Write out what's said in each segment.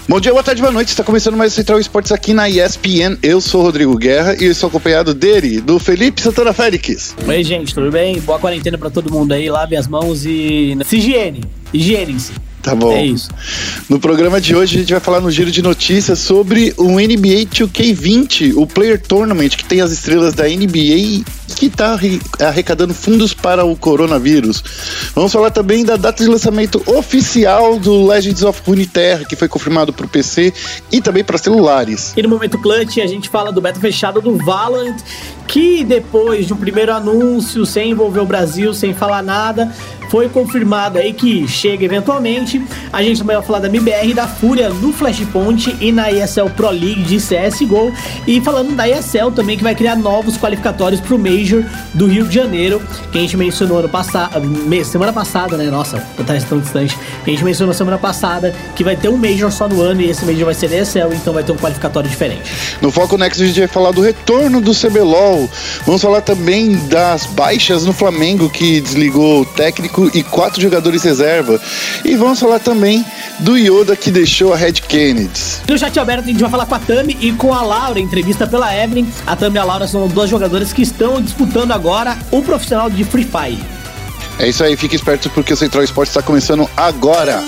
Bom dia, boa tarde, boa noite. Está começando mais o Central Esportes aqui na ESPN. Eu sou o Rodrigo Guerra e eu estou acompanhado dele, do Felipe Santana Félix. Oi, gente, tudo bem? Boa quarentena para todo mundo aí. Lavem as mãos e se higiene-se. Tá bom. É isso. No programa de hoje a gente vai falar no giro de notícias sobre o NBA 2K20, o Player Tournament, que tem as estrelas da NBA que está arrecadando fundos para o coronavírus. Vamos falar também da data de lançamento oficial do Legends of Runeterra, que foi confirmado para o PC e também para celulares. E no Momento Clutch a gente fala do beta fechado do Valorant, que depois de um primeiro anúncio, sem envolver o Brasil, sem falar nada, foi confirmado aí que chega eventualmente. A gente também vai falar da MBR, da Fúria no Flashpoint e na ESL Pro League de CSGO. E falando da ESL também, que vai criar novos qualificatórios pro Major do Rio de Janeiro, que a gente mencionou semana passada, né? Nossa, tá tão distante. A gente mencionou semana passada que vai ter um Major só no ano e esse Major vai ser da ESL, então vai ter um qualificatório diferente. No Foco Next a gente vai falar do retorno do CBLOL. Vamos falar também das baixas no Flamengo, que desligou o técnico e 4 jogadores reserva. E vamos falar também do Yoda, que deixou a Red Kennedy. No chat aberto a gente vai falar com a Tami e com a Laura, entrevista pela Evelyn. A Tami e a Laura são duas jogadoras que estão disputando agora o profissional de Free Fire. É isso aí, fique esperto porque o Central Esportes está começando agora.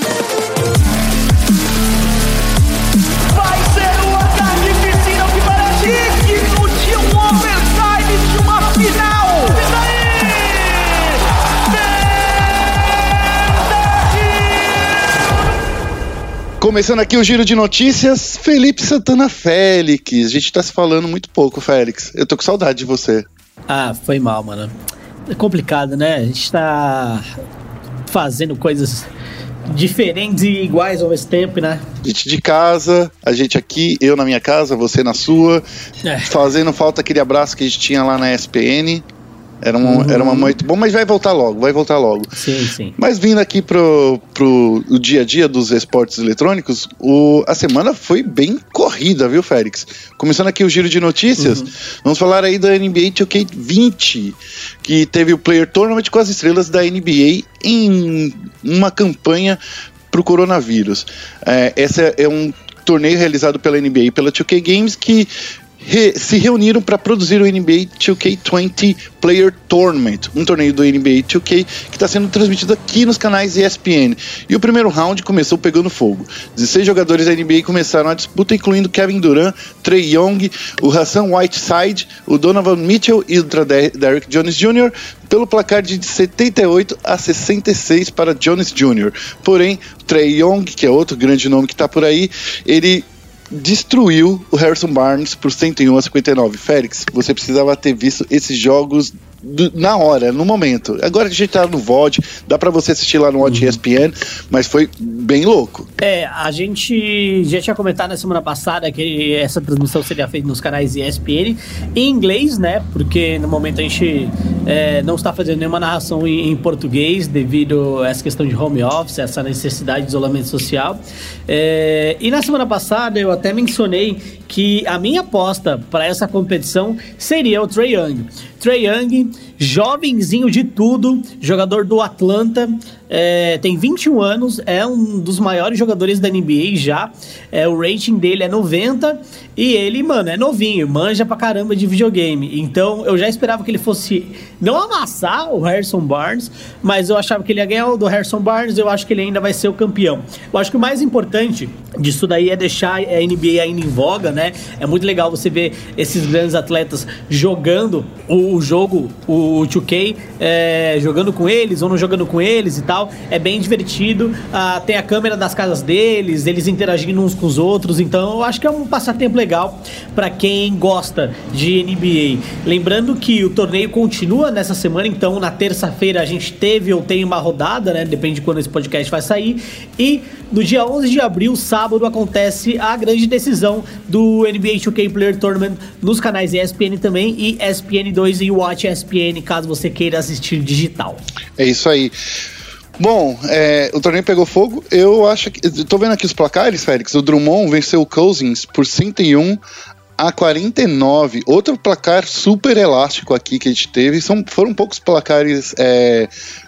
Começando aqui o giro de notícias, Felipe Santana Félix. A gente tá se falando muito pouco, Félix. Eu tô com saudade de você. Ah, foi mal, mano. É complicado, né? A gente tá fazendo coisas diferentes e iguais ao mesmo tempo, né? A gente de casa, a gente aqui, eu na minha casa, você na sua. Fazendo falta aquele abraço que a gente tinha lá na ESPN. Era uma muito bom, mas vai voltar logo. Sim. Mas vindo aqui pro o dia a dia dos esportes eletrônicos, a semana foi bem corrida, viu, Félix? Começando aqui o giro de notícias, vamos falar aí da NBA 2K20, que teve o Player Tournament com as estrelas da NBA em uma campanha pro coronavírus. Esse é um torneio realizado pela NBA e pela 2K Games que se reuniram para produzir o NBA 2K20 Player Tournament, um torneio do NBA 2K que está sendo transmitido aqui nos canais ESPN. E o primeiro round começou pegando fogo. 16 jogadores da NBA começaram a disputa, incluindo Kevin Durant, Trae Young, o Hassan Whiteside, o Donovan Mitchell e o Derrick Jones Jr., pelo placar de 78 a 66 para Jones Jr. Porém, Trae Young, que é outro grande nome que está por aí, ele destruiu o Harrison Barnes por 101 a 59. Félix, você precisava ter visto esses jogos na hora, no momento. Agora que a gente tá no VOD, dá pra você assistir lá no VOD ESPN, mas foi bem louco. A gente já tinha comentado na semana passada que essa transmissão seria feita nos canais ESPN em inglês, né? Porque no momento a gente não está fazendo nenhuma narração em português devido a essa questão de home office, essa necessidade de isolamento social. E na semana passada eu até mencionei que a minha aposta para essa competição seria o Trae Young. Trae Young, jovenzinho de tudo, jogador do Atlanta, tem 21 anos, é um dos maiores jogadores da NBA já, o rating dele é 90 e ele, mano, é novinho, manja pra caramba de videogame. Então eu já esperava que ele fosse não amassar o Harrison Barnes, mas eu achava que ele ia ganhar do Harrison Barnes, eu acho que ele ainda vai ser o campeão. Eu acho que o mais importante disso daí é deixar a NBA ainda em voga, né? É muito legal você ver esses grandes atletas jogando o jogo, o 2K, jogando com eles ou não jogando com eles e tal. É bem divertido, tem a câmera das casas deles, eles interagindo uns com os outros, então eu acho que é um passatempo legal para quem gosta de NBA. Lembrando que o torneio continua nessa semana, então na terça-feira a gente teve ou tem uma rodada, né? Depende de quando esse podcast vai sair, e no dia 11 de abril, sábado, acontece a grande decisão do NBA 2K Player Tournament nos canais ESPN também e ESPN2 e Watch ESPN, caso você queira assistir digital. É isso aí. Bom, o torneio pegou fogo. Eu acho que... Tô vendo aqui os placares, Félix. O Drummond venceu o Cousins por 101 a 49. Outro placar super elástico aqui que a gente teve. Foram poucos placares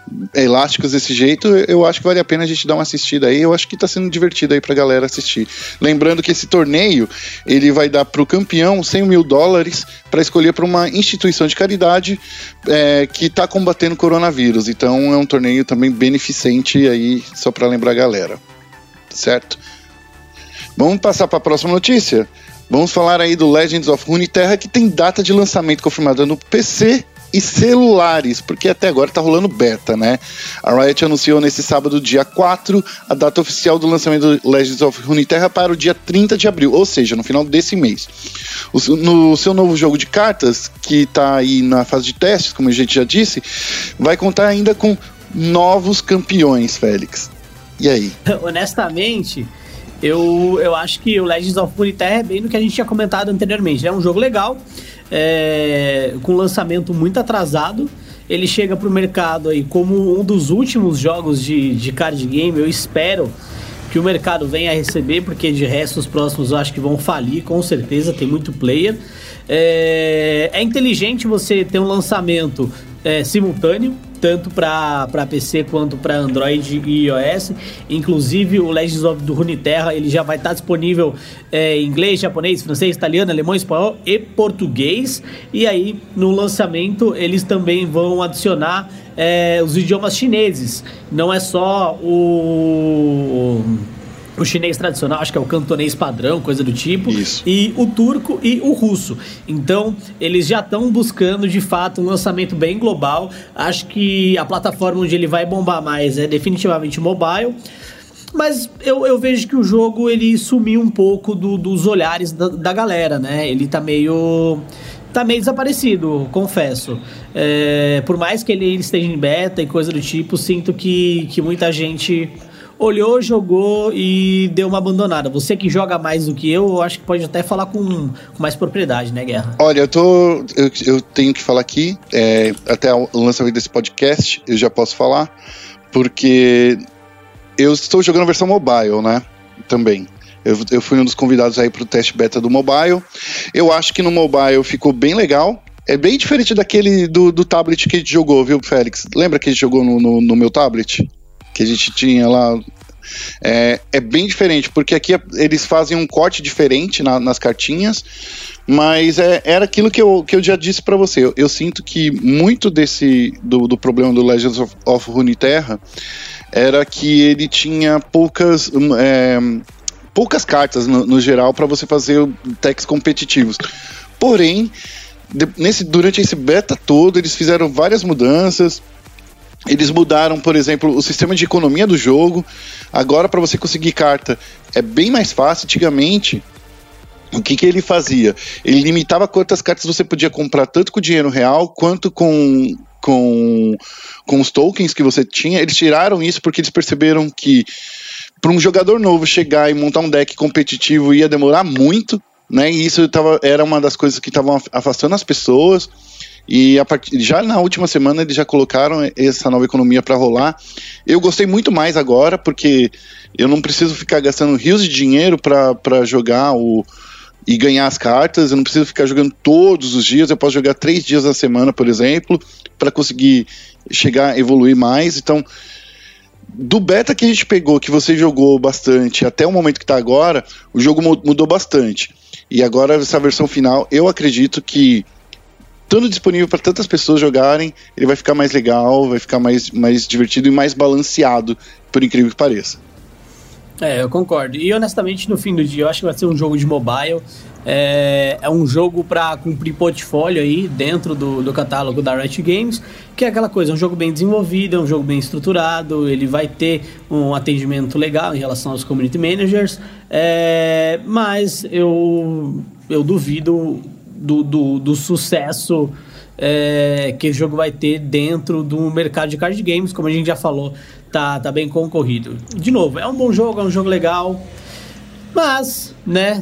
elásticos desse jeito, eu acho que vale a pena a gente dar uma assistida aí. Eu acho que tá sendo divertido aí pra galera assistir. Lembrando que esse torneio, ele vai dar pro campeão $100 mil para escolher para uma instituição de caridade que tá combatendo o coronavírus. Então é um torneio também beneficente aí, só pra lembrar a galera. Certo? Vamos passar para a próxima notícia. Vamos falar aí do Legends of Runeterra, que tem data de lançamento confirmada no PC e celulares, porque até agora tá rolando beta, né? A Riot anunciou nesse sábado, dia 4, a data oficial do lançamento do Legends of Runeterra para o dia 30 de abril, ou seja, no final desse mês. No seu novo jogo de cartas, que tá aí na fase de testes, como a gente já disse, vai contar ainda com novos campeões, Félix. E aí? Honestamente, eu acho que o Legends of Runeterra é bem no que a gente tinha comentado anteriormente. É um jogo legal, com lançamento muito atrasado. Ele chega pro mercado aí como um dos últimos jogos de card game. Eu espero que o mercado venha a receber, porque de resto os próximos eu acho que vão falir, com certeza, tem muito player. É inteligente você ter um lançamento simultâneo, tanto para PC quanto para Android e iOS. Inclusive o Legends of Runeterra, ele já vai estar disponível em inglês, japonês, francês, italiano, alemão, espanhol e português. E aí no lançamento eles também vão adicionar os idiomas chineses. Não é só o chinês tradicional, acho que é o cantonês padrão, coisa do tipo. Isso. E o turco e o russo. Então, eles já estão buscando, de fato, um lançamento bem global. Acho que a plataforma onde ele vai bombar mais é definitivamente mobile. Mas eu vejo que o jogo, ele sumiu um pouco dos olhares da galera, né? Ele tá meio desaparecido, confesso. Por mais que ele esteja em beta e coisa do tipo, sinto que muita gente olhou, jogou e deu uma abandonada. Você que joga mais do que eu acho que pode até falar com mais propriedade, né, Guerra? Olha, eu tenho que falar aqui, até o lançamento desse podcast, eu já posso falar, porque eu estou jogando a versão mobile, né, também. Eu fui um dos convidados aí pro teste beta do mobile. Eu acho que no mobile ficou bem legal. É bem diferente daquele do tablet que a gente jogou, viu, Félix? Lembra que a gente jogou no meu tablet? Que a gente tinha lá. É bem diferente, porque aqui eles fazem um corte diferente nas cartinhas, mas era aquilo que eu já disse pra você. Eu sinto que muito do problema do Legends of Runeterra era que ele tinha poucas cartas no geral para você fazer decks competitivos. Porém, durante esse beta todo, eles fizeram várias mudanças. Eles mudaram, por exemplo, o sistema de economia do jogo. Agora, para você conseguir carta, é bem mais fácil. Antigamente, o que ele fazia? Ele limitava quantas cartas você podia comprar, tanto com dinheiro real, quanto com os tokens que você tinha. Eles tiraram isso porque eles perceberam que para um jogador novo chegar e montar um deck competitivo ia demorar muito, né? E isso era uma das coisas que estavam afastando as pessoas. E já na última semana eles já colocaram essa nova economia para rolar. Eu gostei muito mais agora, porque eu não preciso ficar gastando rios de dinheiro para jogar e ganhar as cartas. Eu não preciso ficar jogando todos os dias. Eu posso jogar 3 dias na semana, por exemplo, para conseguir chegar, evoluir mais. Então, do beta que a gente pegou, que você jogou bastante, até o momento que está agora, o jogo mudou bastante. E agora, essa versão final, eu acredito que, estando disponível para tantas pessoas jogarem, ele vai ficar mais legal, vai ficar mais divertido e mais balanceado, por incrível que pareça. Eu concordo. E honestamente, no fim do dia, eu acho que vai ser um jogo de mobile. É um jogo para cumprir portfólio aí dentro do catálogo da Riot Games, que é aquela coisa, é um jogo bem desenvolvido, é um jogo bem estruturado, ele vai ter um atendimento legal em relação aos community managers, mas eu duvido do sucesso que o jogo vai ter dentro do mercado de card games. Como a gente já falou, tá bem concorrido. De novo, é um bom jogo, é um jogo legal, mas, né,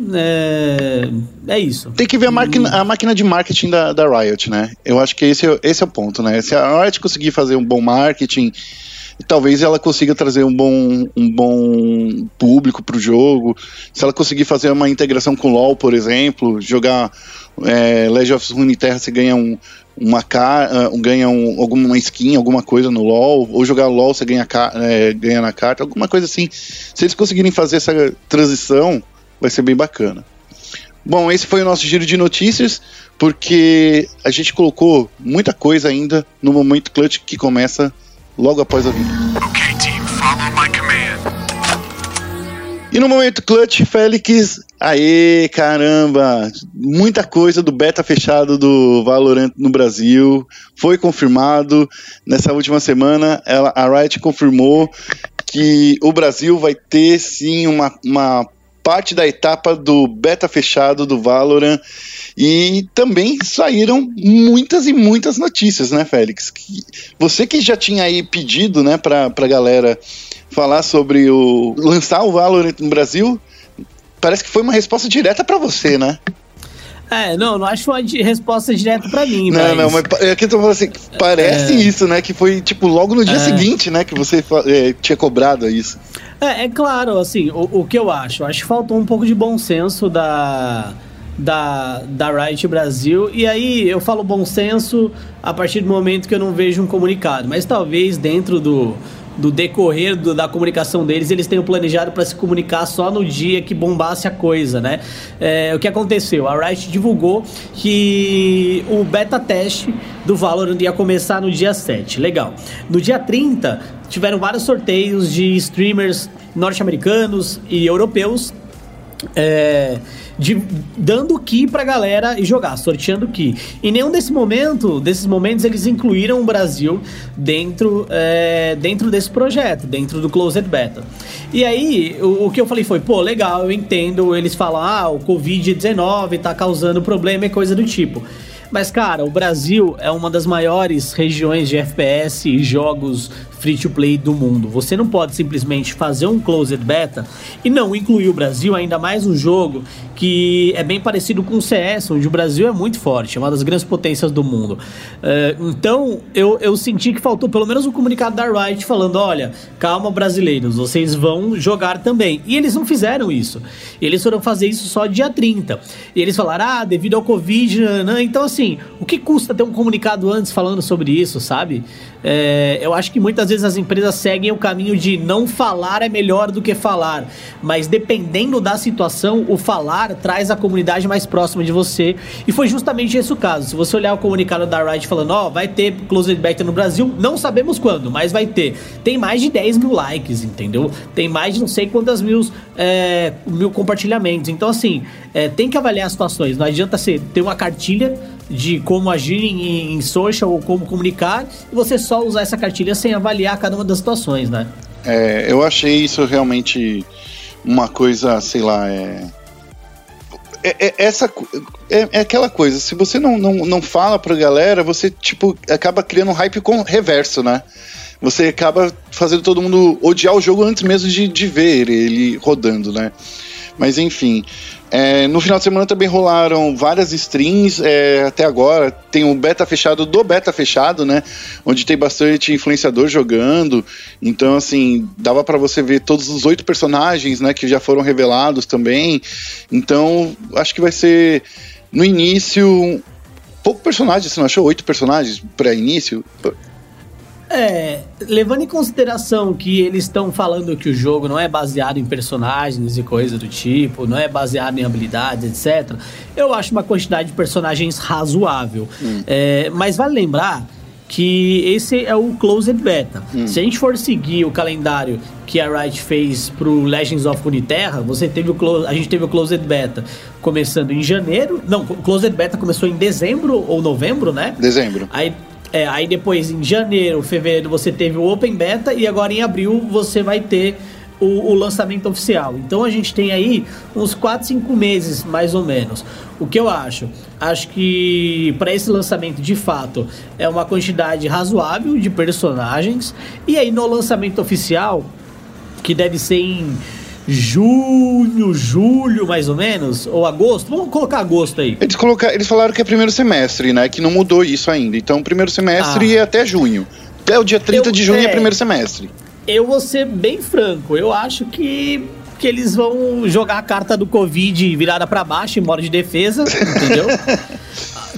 é isso. Tem que ver a máquina de marketing da Riot, né? Eu acho que esse é o ponto, né? Se a Riot conseguir fazer um bom marketing, talvez ela consiga trazer um bom público pro jogo. Se ela conseguir fazer uma integração com LoL, por exemplo, jogar Legends of Runeterra, você ganha alguma skin, alguma coisa no LoL, ou jogar LoL você ganha na carta, alguma coisa assim. Se eles conseguirem fazer essa transição, vai ser bem bacana. Bom, esse foi o nosso giro de notícias, porque a gente colocou muita coisa ainda no Momento Clutch, que começa logo após a vinheta. Okay, team, follow my command. E no Momento Clutch, Félix, aê, caramba, muita coisa do beta fechado do Valorant no Brasil, foi confirmado, nessa última semana a Riot confirmou que o Brasil vai ter sim uma parte da etapa do beta fechado do Valorant, e também saíram muitas e muitas notícias, né, Félix? Você que já tinha aí pedido, né, pra galera falar sobre lançar o Valorant no Brasil, parece que foi uma resposta direta pra você, né? Não acho que foi uma resposta direta pra mim, Não, mas aqui eu tô falando assim, parece isso, né, que foi tipo logo no dia seguinte, né, que você tinha cobrado isso. É claro, assim, o que eu acho que faltou um pouco de bom senso da Riot Brasil, e aí eu falo bom senso a partir do momento que eu não vejo um comunicado, mas talvez dentro do decorrer da comunicação deles, eles tenham planejado para se comunicar só no dia que bombasse a coisa, né? O que aconteceu? A Riot divulgou que o beta teste do Valorant ia começar no dia 7, legal. No dia 30, tiveram vários sorteios de streamers norte-americanos e europeus, dando key pra galera e jogar, sorteando key. Em nenhum desses momentos eles incluíram o Brasil dentro desse projeto, dentro do Closed Beta. E aí, o que eu falei foi, legal, eu entendo, eles falam, o Covid-19 tá causando problema e coisa do tipo. Mas, cara, o Brasil é uma das maiores regiões de FPS e jogos free-to-play do mundo. Você não pode simplesmente fazer um Closed Beta e não incluir o Brasil, ainda mais um jogo que é bem parecido com o CS, onde o Brasil é muito forte, é uma das grandes potências do mundo. Então, eu senti que faltou pelo menos um comunicado da Riot falando, olha, calma brasileiros, vocês vão jogar também. E eles não fizeram isso. Eles foram fazer isso só dia 30. E eles falaram, devido ao Covid, então assim, o que custa ter um comunicado antes falando sobre isso, sabe? Eu acho que muitas vezes as empresas seguem o caminho de não falar é melhor do que falar, mas dependendo da situação, o falar traz a comunidade mais próxima de você, e foi justamente esse o caso. Se você olhar o comunicado da Riot falando, vai ter Closed Beta no Brasil, não sabemos quando, mas vai ter. Tem mais de 10 mil likes, entendeu? Tem mais de não sei quantas mil compartilhamentos. Então assim, tem que avaliar as situações, não adianta você ter uma cartilha de como agir em social ou como comunicar, e você só usar essa cartilha sem avaliar cada uma das situações, né? Eu achei isso realmente uma coisa, sei lá, é aquela coisa, se você não fala pra galera, você tipo acaba criando um hype reverso, né? Você acaba fazendo todo mundo odiar o jogo antes mesmo de ver ele rodando, né? Mas enfim, no final de semana também rolaram várias streams, até agora tem um beta fechado do beta fechado, né, onde tem bastante influenciador jogando, então assim, dava pra você ver todos os 8 personagens, né, que já foram revelados também, então acho que vai ser, no início, pouco personagem, você não achou? 8 personagens pra início? Levando em consideração que eles estão falando que o jogo não é baseado em personagens e coisa do tipo, não é baseado em habilidades, etc., eu acho uma quantidade de personagens razoável. Mas vale lembrar que esse é o Closed Beta. Se a gente for seguir o calendário que a Riot fez pro Legends of Runeterra, a gente teve o Closed Beta começando em janeiro. Não, o Closed Beta começou em dezembro ou novembro, né? Dezembro. Aí depois, em janeiro, fevereiro, você teve o Open Beta, e agora em abril você vai ter o lançamento oficial. Então a gente tem aí uns 4, 5 meses, mais ou menos. O que eu acho? Acho que para esse lançamento, de fato, é uma quantidade razoável de personagens. E aí no lançamento oficial, que deve ser em junho, julho, mais ou menos, ou agosto, vamos colocar agosto aí. Eles falaram que é primeiro semestre, né, que não mudou isso ainda, então primeiro semestre é até junho, até o dia 30 de junho é primeiro semestre. Eu vou ser bem franco, eu acho que eles vão jogar a carta do Covid virada pra baixo, em modo de defesa, entendeu?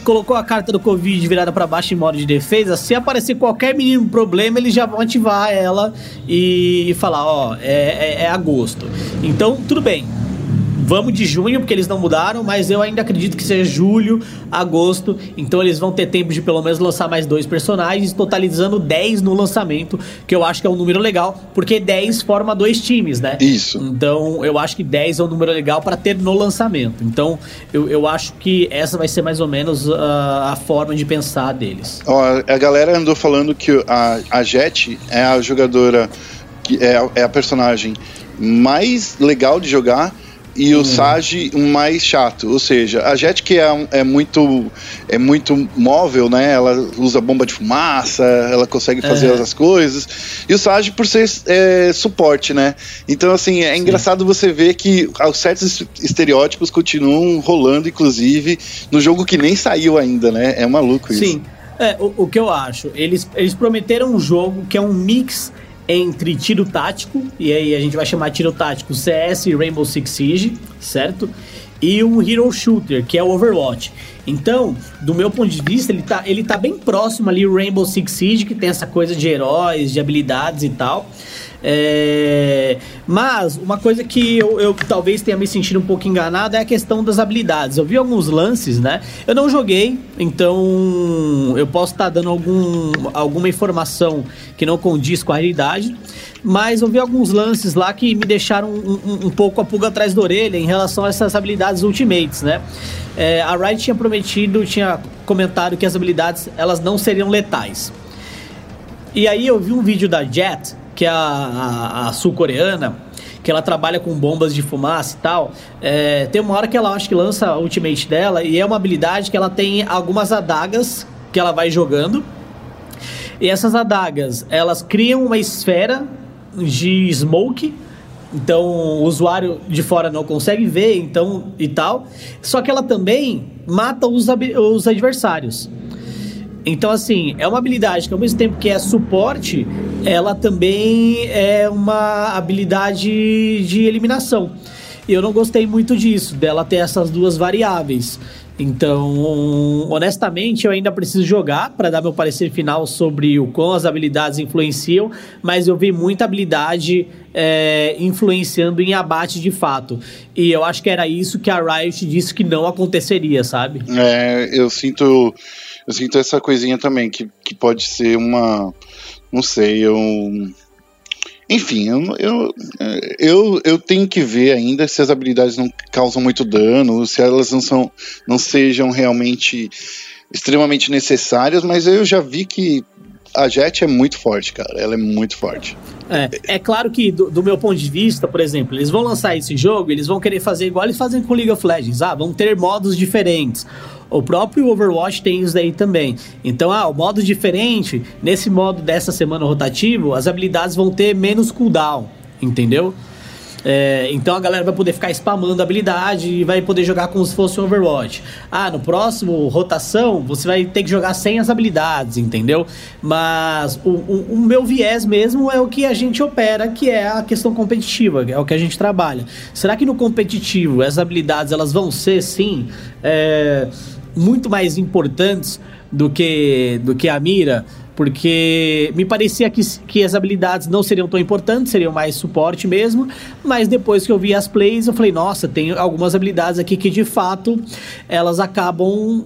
colocou a carta do Covid virada pra baixo em modo de defesa, se aparecer qualquer mínimo problema, eles já vão ativar ela e falar, é agosto. Então, tudo bem. Vamos de junho, porque eles não mudaram, mas eu ainda acredito que seja julho, agosto, então eles vão ter tempo de pelo menos lançar mais 2 personagens, totalizando 10 no lançamento, que eu acho que é um número legal, porque 10 forma 2 times, né? Isso. Então eu acho que 10 é um número legal para ter no lançamento. Então eu acho que essa vai ser mais ou menos a forma de pensar deles. Ó, a galera andou falando que a Jet é a jogadora, que é a personagem mais legal de jogar, e o Sage mais chato, ou seja, a Jet que é muito móvel, né? Ela usa bomba de fumaça, ela consegue fazer as coisas, e o Sage por ser suporte, né? Então assim, é engraçado você ver que certos estereótipos continuam rolando, inclusive no jogo que nem saiu ainda, né? É maluco isso. Sim, o que eu acho, eles prometeram um jogo que é um mix entre tiro tático, e aí a gente vai chamar tiro tático CS e Rainbow Six Siege, certo? E um hero shooter, que é o Overwatch. Então, do meu ponto de vista, ele tá bem próximo ali o Rainbow Six Siege, que tem essa coisa de heróis, de habilidades e tal. Mas uma coisa que eu talvez tenha me sentido um pouco enganado é a questão das habilidades. Eu vi alguns lances, né? Eu não joguei, então eu posso estar dando alguma informação que não condiz com a realidade, mas eu vi alguns lances lá que me deixaram um pouco a pulga atrás da orelha em relação a essas habilidades ultimates, né? A Riot tinha comentado que as habilidades elas não seriam letais. E aí eu vi um vídeo da Jet, que é a sul-coreana, que ela trabalha com bombas de fumaça e tal. Tem uma hora que ela acho que lança a ultimate dela, e é uma habilidade que ela tem algumas adagas que ela vai jogando, e essas adagas, elas criam uma esfera de smoke, então o usuário de fora não consegue ver, então, e tal, só que ela também mata os adversários. Então, assim, é uma habilidade que ao mesmo tempo que é suporte, ela também é uma habilidade de eliminação. E eu não gostei muito disso, dela ter essas duas variáveis. Então, honestamente, eu ainda preciso jogar para dar meu parecer final sobre o quão as habilidades influenciam, mas eu vi muita habilidade influenciando em abate de fato. E eu acho que era isso que a Riot disse que não aconteceria, sabe? Eu sinto essa coisinha também, que pode ser uma... Não sei, enfim, eu tenho que ver ainda se as habilidades não causam muito dano, se elas não sejam realmente extremamente necessárias, mas eu já vi que a Jet é muito forte, cara, ela é muito forte. É claro que do meu ponto de vista, por exemplo, eles vão lançar esse jogo, eles vão querer fazer igual eles fazem com League of Legends, vão ter modos diferentes. O próprio Overwatch tem isso daí também. Então, o modo diferente, nesse modo dessa semana rotativo, as habilidades vão ter menos cooldown, entendeu? Então a galera vai poder ficar spamando a habilidade e vai poder jogar como se fosse um Overwatch. No próximo rotação, você vai ter que jogar sem as habilidades, entendeu? Mas o meu viés mesmo é o que a gente opera, que é a questão competitiva, é o que a gente trabalha. Será que no competitivo as habilidades elas vão ser, sim, muito mais importantes do que a mira? Porque me parecia que as habilidades não seriam tão importantes, seriam mais suporte mesmo, mas depois que eu vi as plays, eu falei, nossa, tem algumas habilidades aqui que de fato elas acabam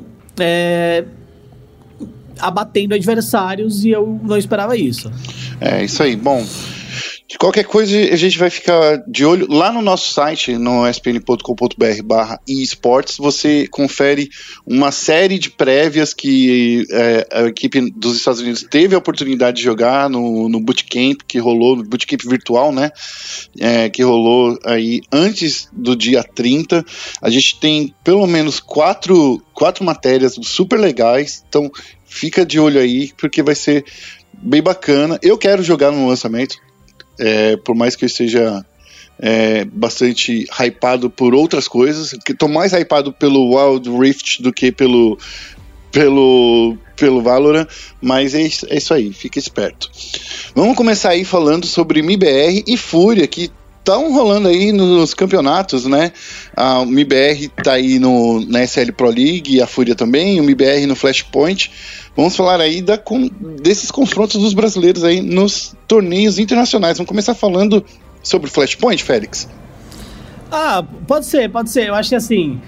abatendo adversários, e eu não esperava isso. É isso aí, bom... De qualquer coisa, a gente vai ficar de olho lá no nosso site, no spn.com.br/esports. Você confere uma série de prévias que a equipe dos Estados Unidos teve a oportunidade de jogar no bootcamp que rolou, no bootcamp virtual, né? Que rolou aí antes do dia 30. A gente tem pelo menos quatro matérias super legais, então fica de olho aí, porque vai ser bem bacana. Eu quero jogar no lançamento. Por mais que eu esteja bastante hypado por outras coisas, que estou mais hypado pelo Wild Rift do que pelo Valorant, mas é isso aí, fica esperto. Vamos começar aí falando sobre MIBR e Fúria, que estão rolando aí nos campeonatos, né? A MIBR tá aí na SL Pro League, a Fúria também, o MIBR no Flashpoint. Vamos falar aí desses confrontos dos brasileiros aí nos torneios internacionais. Vamos começar falando sobre o Flashpoint, Félix? Pode ser. Eu acho que assim,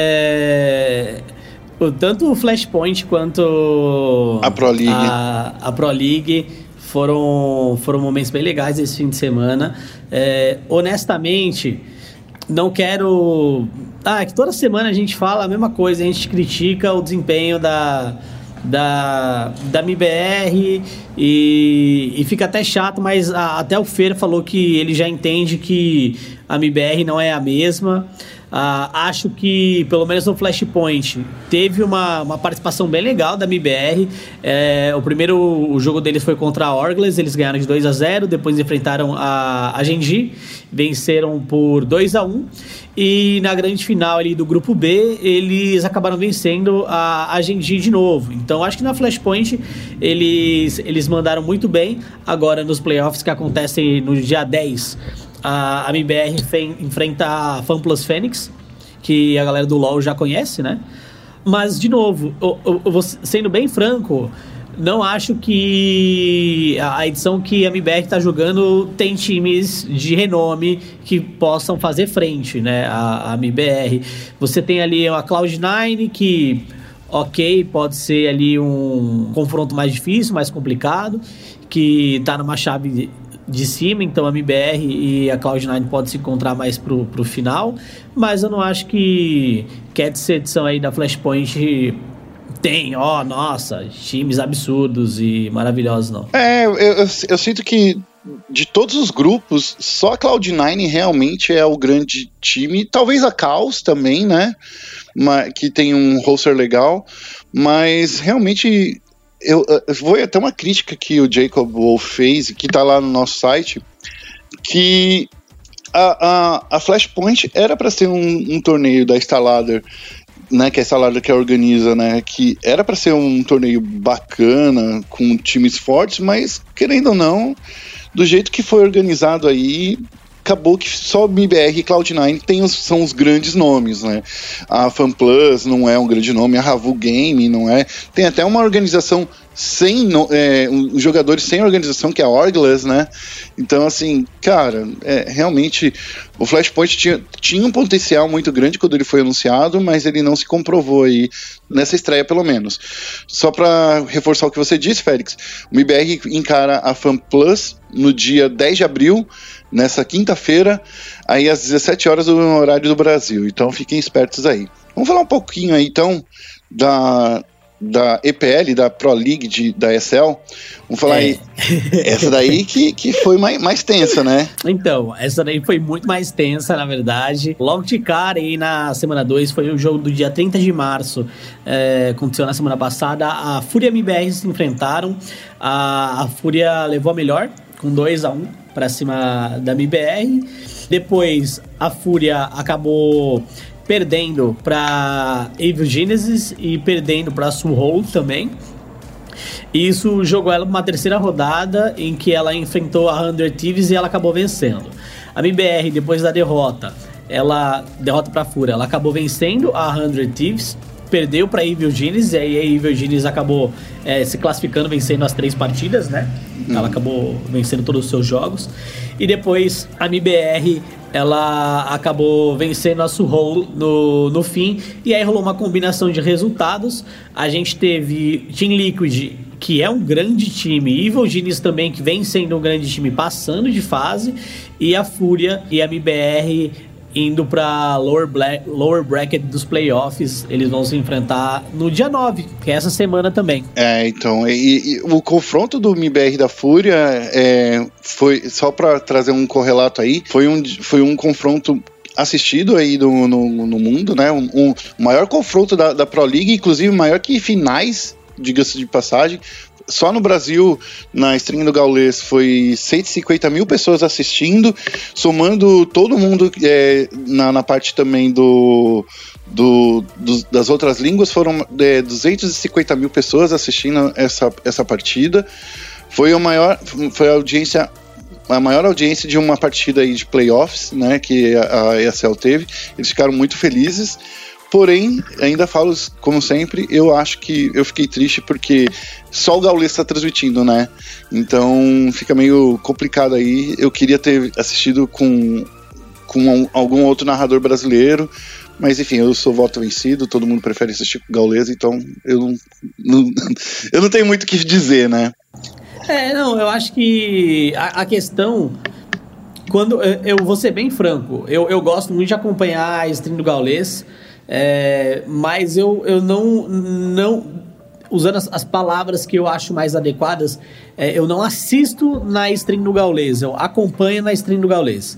tanto o Flashpoint quanto a Pro League, a Pro League foram momentos bem legais esse fim de semana. Honestamente, não quero... que toda semana a gente fala a mesma coisa, a gente critica o desempenho da MIBR e fica até chato, mas até o Fer falou que ele já entende que a MIBR não é a mesma. Acho que, pelo menos no Flashpoint, teve uma participação bem legal da MIBR. O jogo deles foi contra a Orgles, eles ganharam de 2-0, depois enfrentaram a Genji, venceram por 2-1, e na grande final ali do grupo B, eles acabaram vencendo a Genji de novo. Então acho que na Flashpoint eles mandaram muito bem. Agora nos playoffs que acontecem no dia 10, a MIBR enfrenta a FunPlus Phoenix, que a galera do LoL já conhece, né? Mas, de novo, sendo bem franco, não acho que a edição que a MIBR está jogando tem times de renome que possam fazer frente, né? A MIBR. Você tem ali a Cloud9, que, pode ser ali um confronto mais difícil, mais complicado, que está numa chave de cima, então a MIBR e a Cloud9 podem se encontrar mais pro final, mas eu não acho que essa edição aí da Flashpoint tem, times absurdos e maravilhosos, não. Eu sinto que de todos os grupos, só a Cloud9 realmente é o grande time, talvez a Chaos também, né, que tem um roster legal, mas realmente... Eu vou até uma crítica que o Jacob Wolf fez, que tá lá no nosso site, que a Flashpoint era para ser um torneio da Starladder, né, que é a Starladder que organiza, né, que era para ser um torneio bacana, com times fortes, mas, querendo ou não, do jeito que foi organizado aí, acabou que só MIBR e Cloud9 são os grandes nomes, né? A FunPlus não é um grande nome, a Ravu Game não é. Tem até uma organização os jogadores sem organização, que é a Orgles, né? Então, assim, cara, realmente o Flashpoint tinha um potencial muito grande quando ele foi anunciado, mas ele não se comprovou aí nessa estreia, pelo menos. Só para reforçar o que você disse, Félix, o MIBR encara a FunPlus no dia 10 de abril, nessa quinta-feira, aí às 17 horas do horário do Brasil. Então fiquem espertos aí. Vamos falar um pouquinho aí, então, da EPL, da Pro League, da ESL. Vamos falar aí. Essa daí que foi mais tensa, né? Então, essa daí foi muito mais tensa, na verdade. Logo de cara, aí na semana 2, foi o jogo do dia 30 de março. Aconteceu na semana passada. A Fúria e a MIBR se enfrentaram. A Fúria levou a melhor, com 2-1 para cima da MIBR. Depois, a Fúria acabou perdendo para Evil Genesis e perdendo para Suhol também. Isso jogou ela para uma terceira rodada em que ela enfrentou a 100 Thieves e ela acabou vencendo. A MIBR, depois da derrota para a Fúria, ela acabou vencendo a 100 Thieves, perdeu para Evil Genesis, e aí a Evil Genesis acabou se classificando, vencendo as 3 partidas, né? Ela acabou vencendo todos os seus jogos. E depois a MIBR, ela acabou vencendo a Suhol no fim, e aí rolou uma combinação de resultados. A gente teve Team Liquid, que é um grande time, Evil Genius também, que vem sendo um grande time, passando de fase, e a Fúria e a MIBR indo para lower bracket dos playoffs. Eles vão se enfrentar no dia 9, que é essa semana também. Então, e o confronto do MIBR e da Fúria foi, só para trazer um correlato aí, foi um confronto assistido aí no mundo, né? O maior confronto da Pro League, inclusive maior que finais, diga-se de passagem. Só no Brasil, na stream do Gaules, foi 150 mil pessoas assistindo, somando todo mundo na parte também das outras línguas, foram 250 mil pessoas assistindo essa partida. Foi a audiência a maior audiência de uma partida aí de playoffs, né, que a ESL teve. Eles ficaram muito felizes. Porém, ainda falo, como sempre, eu acho que eu fiquei triste porque só o Gaules está transmitindo, né? Então fica meio complicado aí. Eu queria ter assistido com algum outro narrador brasileiro, mas enfim, eu sou voto vencido, todo mundo prefere assistir com o Gaules, então eu não tenho muito o que dizer, né? Eu acho que a questão... Quando eu vou ser bem franco, eu gosto muito de acompanhar a stream do Gaules, mas eu não usando as palavras que eu acho mais adequadas, eu não assisto na stream do Gaules, eu acompanho na stream do Gaules.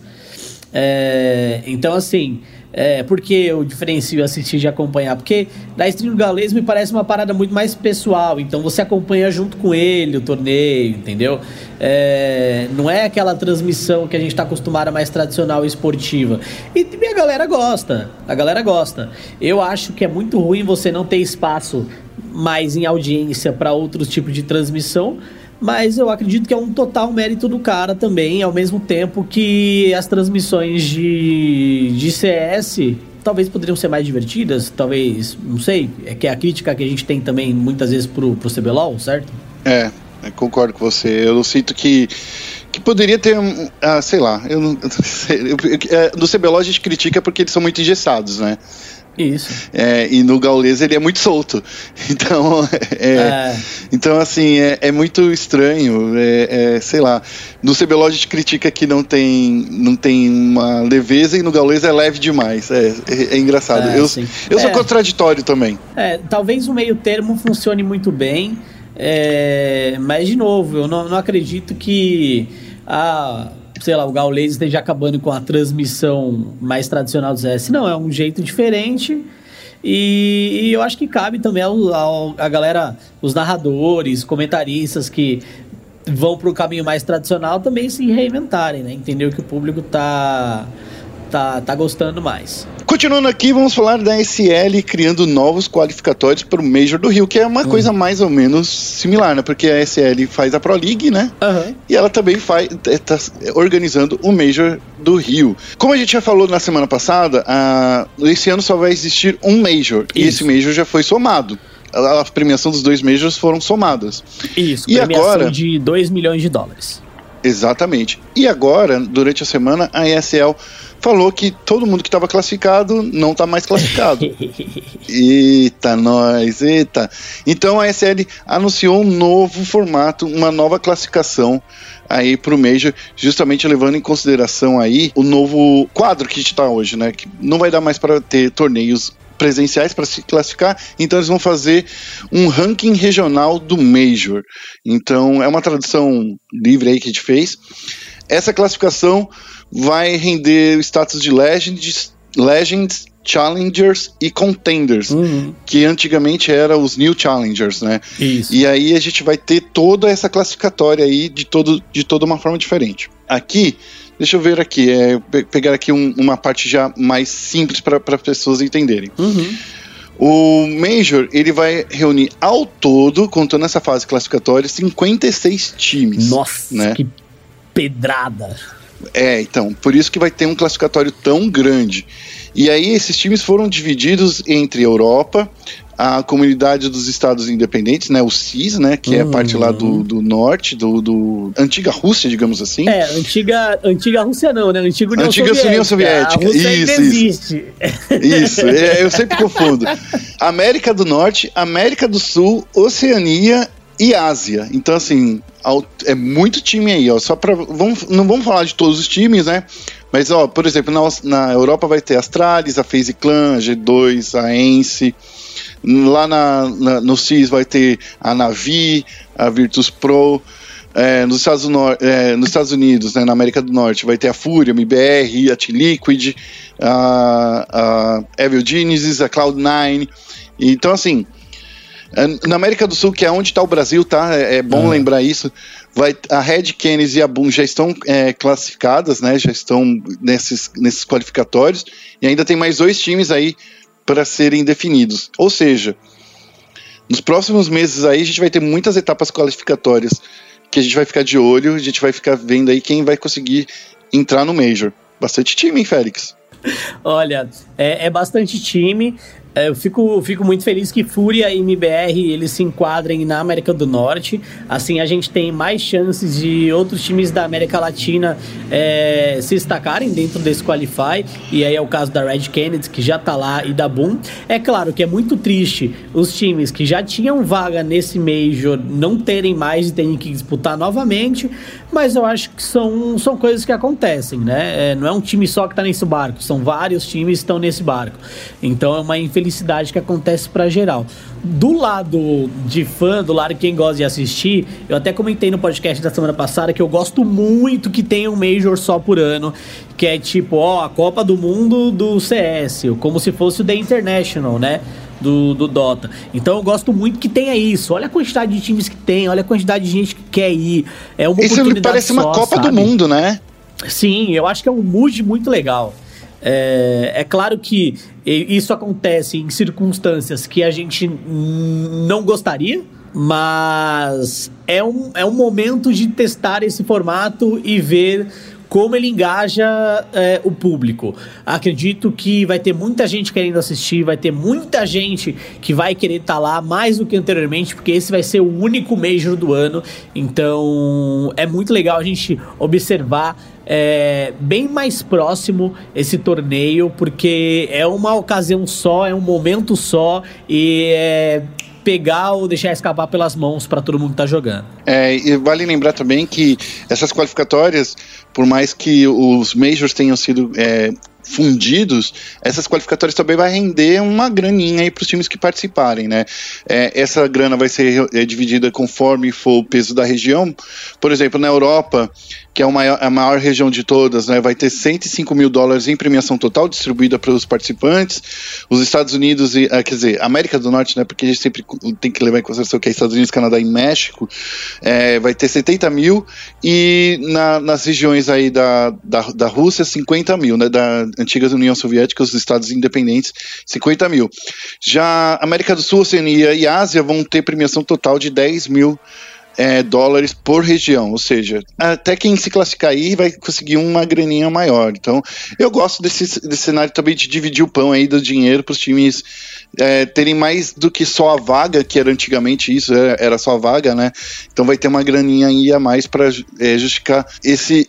Então, assim, por que eu diferencio assistir de acompanhar? Porque na stream do Gaules me parece uma parada muito mais pessoal, então você acompanha junto com ele o torneio, entendeu? Não é aquela transmissão que a gente está acostumado, mais tradicional e esportiva. E a galera gosta, Eu acho que é muito ruim você não ter espaço mais em audiência para outros tipos de transmissão, mas eu acredito que é um total mérito do cara também, ao mesmo tempo que as transmissões de CS talvez poderiam ser mais divertidas, talvez, não sei, que é a crítica que a gente tem também muitas vezes pro CBLOL, certo? Eu concordo com você. Eu sinto que poderia ter, sei lá, no CBLOL a gente critica porque eles são muito engessados, né? Isso. E no Gaules ele é muito solto. Então, então assim, é muito estranho. Sei lá. No CBLOL a gente critica que não tem uma leveza e no Gaules é leve demais. É engraçado. Eu sou contraditório também. Talvez o meio termo funcione muito bem. Mas, de novo, eu não acredito que sei lá, o Gaules esteja acabando com a transmissão mais tradicional do CS. Não, é um jeito diferente e eu acho que cabe também a galera, os narradores, comentaristas que vão para o caminho mais tradicional também se reinventarem, né? Entender que o público tá gostando mais. Continuando aqui, vamos falar da ESL criando novos qualificatórios para o Major do Rio, que é uma coisa mais ou menos similar, né? Porque a ESL faz a Pro League, né? E ela também está organizando o Major do Rio. Como a gente já falou na semana passada, esse ano só vai existir um Major. Isso. E esse Major já foi somado. A premiação dos 2 Majors foram somadas. Isso, e premiação agora, de $2 milhões. Exatamente. E agora, durante a semana, a ESL falou que todo mundo que estava classificado não está mais classificado. Eita, nós, eita. Então a ESL anunciou um novo formato, uma nova classificação aí pro Major, justamente levando em consideração aí o novo quadro que a gente está hoje, né? Que não vai dar mais para ter torneios presenciais para se classificar, então eles vão fazer um ranking regional do Major. Então é uma tradução livre aí que a gente fez. Essa classificação vai render o status de Legends, Challengers e Contenders, que antigamente era os New Challengers, né? Isso. E aí a gente vai ter toda essa classificatória aí de toda uma forma diferente. Aqui, deixa eu ver aqui, pegar aqui uma parte já mais simples para as pessoas entenderem. O Major, ele vai reunir ao todo, contando essa fase classificatória, 56 times. Nossa, né? Que pedrada! Então, por isso que vai ter um classificatório tão grande. E aí esses times foram divididos entre Europa, a comunidade dos estados independentes, né, o CIS, né, que é a parte lá do norte, do antiga Rússia, digamos assim. Antiga Rússia não, né, antiga União Soviética. A Rússia ainda existe. Isso, eu sempre confundo. América do Norte, América do Sul, Oceania e Ásia. Então, assim, é muito time aí, ó. Não vamos falar de todos os times, né? Mas, ó, por exemplo, na Europa vai ter a Astralis, a FaZe Clan, a G2, a Ence. Lá no CIS vai ter a Navi, a Virtus Pro. Nos Estados Unidos, né, na América do Norte, vai ter a Fúria, a MBR, a T-Liquid, a Evil Genesis, a Cloud9. Então, assim, na América do Sul, que é onde está o Brasil, tá? É bom lembrar isso. A Red Canids e a Boom já estão classificadas, né? Já estão nesses qualificatórios. E ainda tem mais 2 times aí para serem definidos. Ou seja, nos próximos meses aí a gente vai ter muitas etapas qualificatórias que a gente vai ficar de olho, a gente vai ficar vendo aí quem vai conseguir entrar no Major. Bastante time, hein, Félix? Olha, é bastante time. Eu fico muito feliz que Fúria e MBR eles se enquadrem na América do Norte. Assim a gente tem mais chances de outros times da América Latina se destacarem dentro desse Qualify. E aí é o caso da Red Kennedy, que já tá lá, e da Boom. É claro que é muito triste os times que já tinham vaga nesse Major não terem mais e terem que disputar novamente. Mas eu acho que são coisas que acontecem, né? Não é um time só que tá nesse barco, são vários times que estão nesse barco. Então é uma infelicidade que acontece para geral. Do lado de fã, do lado de quem gosta de assistir, eu até comentei no podcast da semana passada que eu gosto muito que tenha um Major só por ano, que é tipo, a Copa do Mundo do CS, como se fosse o The International, né? Do Dota. Então eu gosto muito que tenha isso. Olha a quantidade de times que tem, olha a quantidade de gente que quer ir. É uma isso oportunidade parece só, uma Copa sabe? do Mundo, né? Sim, eu acho que é um mood muito legal. É claro que isso acontece em circunstâncias que a gente não gostaria, mas é um momento de testar esse formato e ver como ele engaja o público. Acredito que vai ter muita gente querendo assistir, vai ter muita gente que vai querer estar lá mais do que anteriormente, porque esse vai ser o único Major do ano. Então é muito legal a gente observar bem mais próximo esse torneio, porque é uma ocasião só, é um momento só e pegar ou deixar escapar pelas mãos para todo mundo que tá jogando. E vale lembrar também que essas qualificatórias, por mais que os Majors tenham sido fundidos, essas qualificatórias também vai render uma graninha aí para os times que participarem, né? Essa grana vai ser dividida conforme for o peso da região. Por exemplo, na Europa, que é a maior região de todas, né, vai ter $105 mil em premiação total distribuída para os participantes. Os Estados Unidos, quer dizer, América do Norte, né, porque a gente sempre tem que levar em consideração que é Estados Unidos, Canadá e México, vai ter 70 mil, e nas regiões aí da Rússia, 50 mil, né, da antiga União Soviética, os estados independentes, 50 mil. Já América do Sul, Oceania e Ásia vão ter premiação total de $10 mil por região, ou seja, até quem se classificar aí vai conseguir uma graninha maior. Então eu gosto desse cenário também de dividir o pão aí do dinheiro para os times terem mais do que só a vaga, que era antigamente isso, era só a vaga, né? Então vai ter uma graninha aí a mais para justificar esse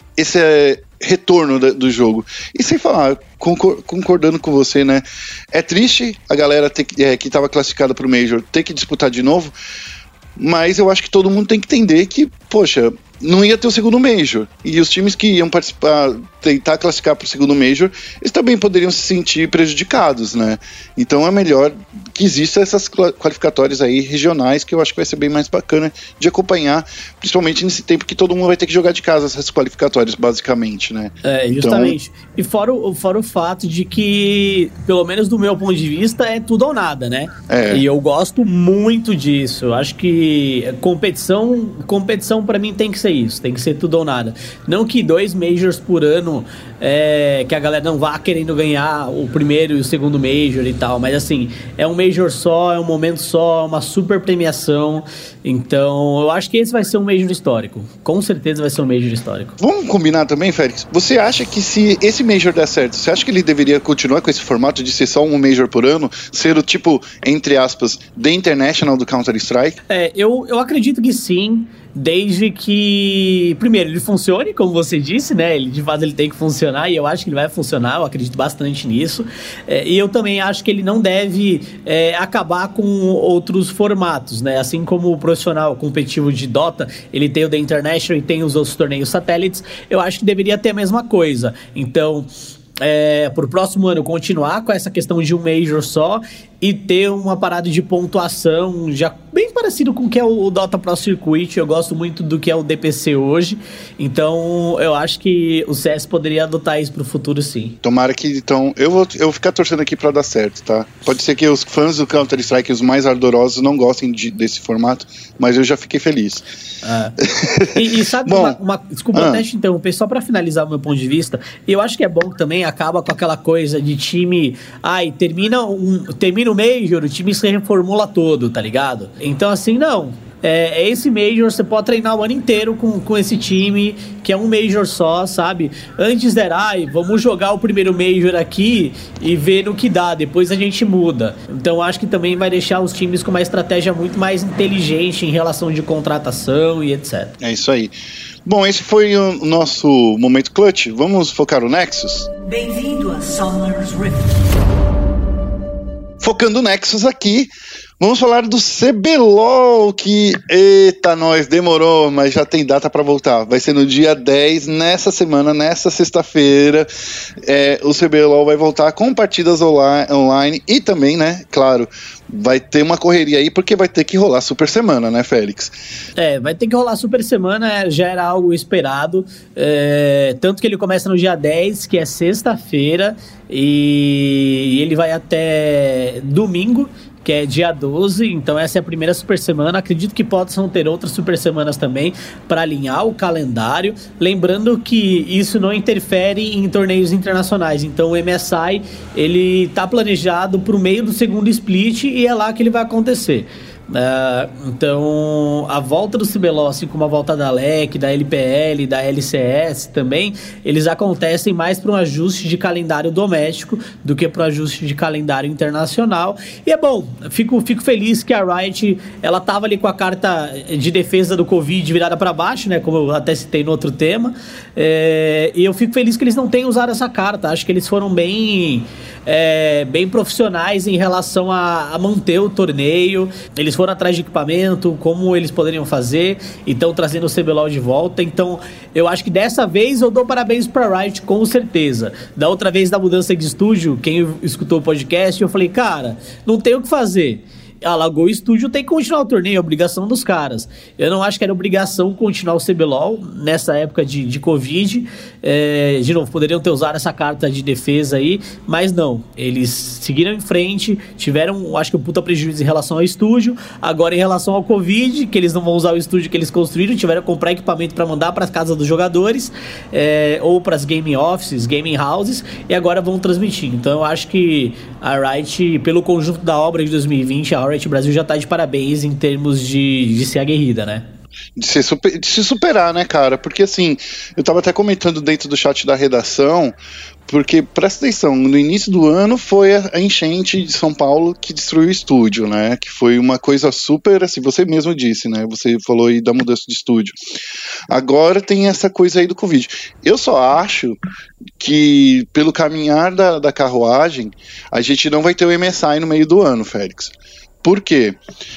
retorno do jogo. E sem falar, concordando com você, né? É triste a galera que estava classificada para o Major ter que disputar de novo, mas eu acho que todo mundo tem que entender que, poxa, não ia ter o segundo Major. E os times que iam participar, tentar classificar para o segundo Major, eles também poderiam se sentir prejudicados, né? Então é melhor que existam essas qualificatórias aí regionais, que eu acho que vai ser bem mais bacana de acompanhar, principalmente nesse tempo que todo mundo vai ter que jogar de casa essas qualificatórias, basicamente, né? Justamente. Então, e fora o fato de que, pelo menos do meu ponto de vista, é tudo ou nada, né? E eu gosto muito disso. Eu acho que competição para mim tem que ser isso, tem que ser tudo ou nada. Não que 2 Majors por ano que a galera não vá querendo ganhar o primeiro e o segundo Major e tal, mas assim, é um Major só, é um momento só, uma super premiação. Então eu acho que esse vai ser um Major histórico, com certeza vai ser um Major histórico. Vamos combinar também, Félix? Você acha que se esse Major der certo, você acha que ele deveria continuar com esse formato de ser só um Major por ano, ser o tipo, entre aspas, The International do Counter-Strike? Eu acredito que sim, desde que, primeiro, ele funcione, como você disse, né? De fato, ele tem que funcionar, e eu acho que ele vai funcionar, eu acredito bastante nisso. E eu também acho que ele não deve acabar com outros formatos, né? Assim como o profissional competitivo de Dota, ele tem o The International e tem os outros torneios satélites, eu acho que deveria ter a mesma coisa. Então, pro próximo ano, continuar com essa questão de um Major só e ter uma parada de pontuação já bem parecido com o que é o Dota Pro Circuit. Eu gosto muito do que é o DPC hoje, então eu acho que o CS poderia adotar isso pro futuro, sim. Tomara que, então, eu vou ficar torcendo aqui pra dar certo, tá? Pode ser que os fãs do Counter-Strike, os mais ardorosos, não gostem desse formato, mas eu já fiquei feliz. E sabe, desculpa até te interromper, só pra finalizar o meu ponto de vista, eu acho que é bom que também acaba com aquela coisa de time, termina o Major, o time se reformula todo, tá ligado? Então assim, não, esse Major, você pode treinar o ano inteiro com esse time, que é um Major só, sabe? Antes vamos jogar o primeiro Major aqui e ver no que dá, depois a gente muda. Então acho que também vai deixar os times com uma estratégia muito mais inteligente em relação de contratação e etc. É isso aí. Bom, esse foi o nosso momento clutch. Vamos focar no Nexus? Bem-vindo a Summer's Rift. Focando no Nexus aqui, vamos falar do CBLOL, que, eita, nós, demorou, mas já tem data para voltar. Vai ser no dia 10, nessa semana, nessa sexta-feira, o CBLOL vai voltar com partidas online e também, né, claro, vai ter uma correria aí, porque vai ter que rolar Super Semana, né, Félix? Vai ter que rolar Super Semana, já era algo esperado, tanto que ele começa no dia 10, que é sexta-feira, e ele vai até domingo, que é dia 12, então essa é a primeira Super Semana. Acredito que possam ter outras Super Semanas também para alinhar o calendário, lembrando que isso não interfere em torneios internacionais, então o MSI ele está planejado para o meio do segundo split e é lá que ele vai acontecer. Então a volta do CBLOL, assim como a volta da LEC, da LPL, da LCS também, eles acontecem mais para um ajuste de calendário doméstico do que para um ajuste de calendário internacional. E é bom, fico feliz que a Riot, ela tava ali com a carta de defesa do Covid virada para baixo, né, como eu até citei no outro tema, e eu fico feliz que eles não tenham usado essa carta. Acho que eles foram bem profissionais em relação a manter o torneio. Eles foram atrás de equipamento, como eles poderiam fazer, e estão trazendo o CBLOL de volta. Então eu acho que dessa vez eu dou parabéns pra Riot, com certeza. Da outra vez, da mudança de estúdio, quem escutou o podcast, eu falei, cara, não tem o que fazer. Alagou o estúdio, tem que continuar o torneio, é obrigação dos caras. Eu não acho que era obrigação continuar o CBLOL nessa época de Covid. De novo, poderiam ter usado essa carta de defesa aí, mas não. Eles seguiram em frente, tiveram, acho que, um puta prejuízo em relação ao estúdio. Agora, em relação ao Covid, que eles não vão usar o estúdio que eles construíram, tiveram que comprar equipamento para mandar para as casas dos jogadores, ou para as gaming offices, gaming houses, e agora vão transmitir. Então eu acho que a Riot, pelo conjunto da obra de 2020, a Riot Brasil já tá de parabéns em termos de ser aguerrida, né? De se superar, né, cara? Porque assim, eu tava até comentando dentro do chat da redação, porque, presta atenção, no início do ano foi a enchente de São Paulo que destruiu o estúdio, né? Que foi uma coisa super, assim, você mesmo disse, né? Você falou aí da mudança de estúdio. Agora tem essa coisa aí do Covid. Eu só acho que, pelo caminhar da carruagem, a gente não vai ter o MSI no meio do ano, Félix. Por quê?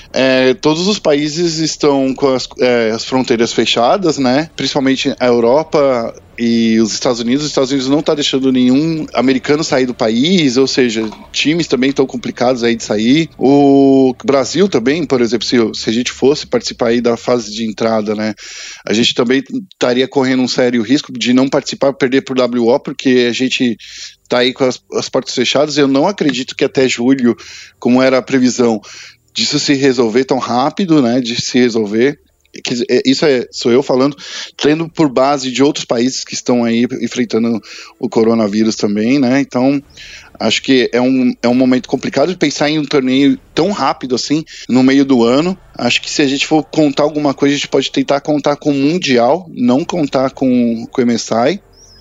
Todos os países estão com as fronteiras fechadas, né? Principalmente a Europa e os Estados Unidos. Os Estados Unidos não está deixando nenhum americano sair do país, ou seja, times também estão complicados aí de sair. O Brasil também, por exemplo, se a gente fosse participar aí da fase de entrada, né? A gente também estaria correndo um sério risco de não participar, perder por WO, porque a gente tá aí com as portas fechadas. Eu não acredito que até julho, como era a previsão, disso se resolver tão rápido, né, de se resolver. Isso sou eu falando, tendo por base de outros países que estão aí enfrentando o coronavírus também, né, então acho que é um momento complicado de pensar em um torneio tão rápido assim, no meio do ano. Acho que se a gente for contar alguma coisa, a gente pode tentar contar com o Mundial, não contar com o MSI.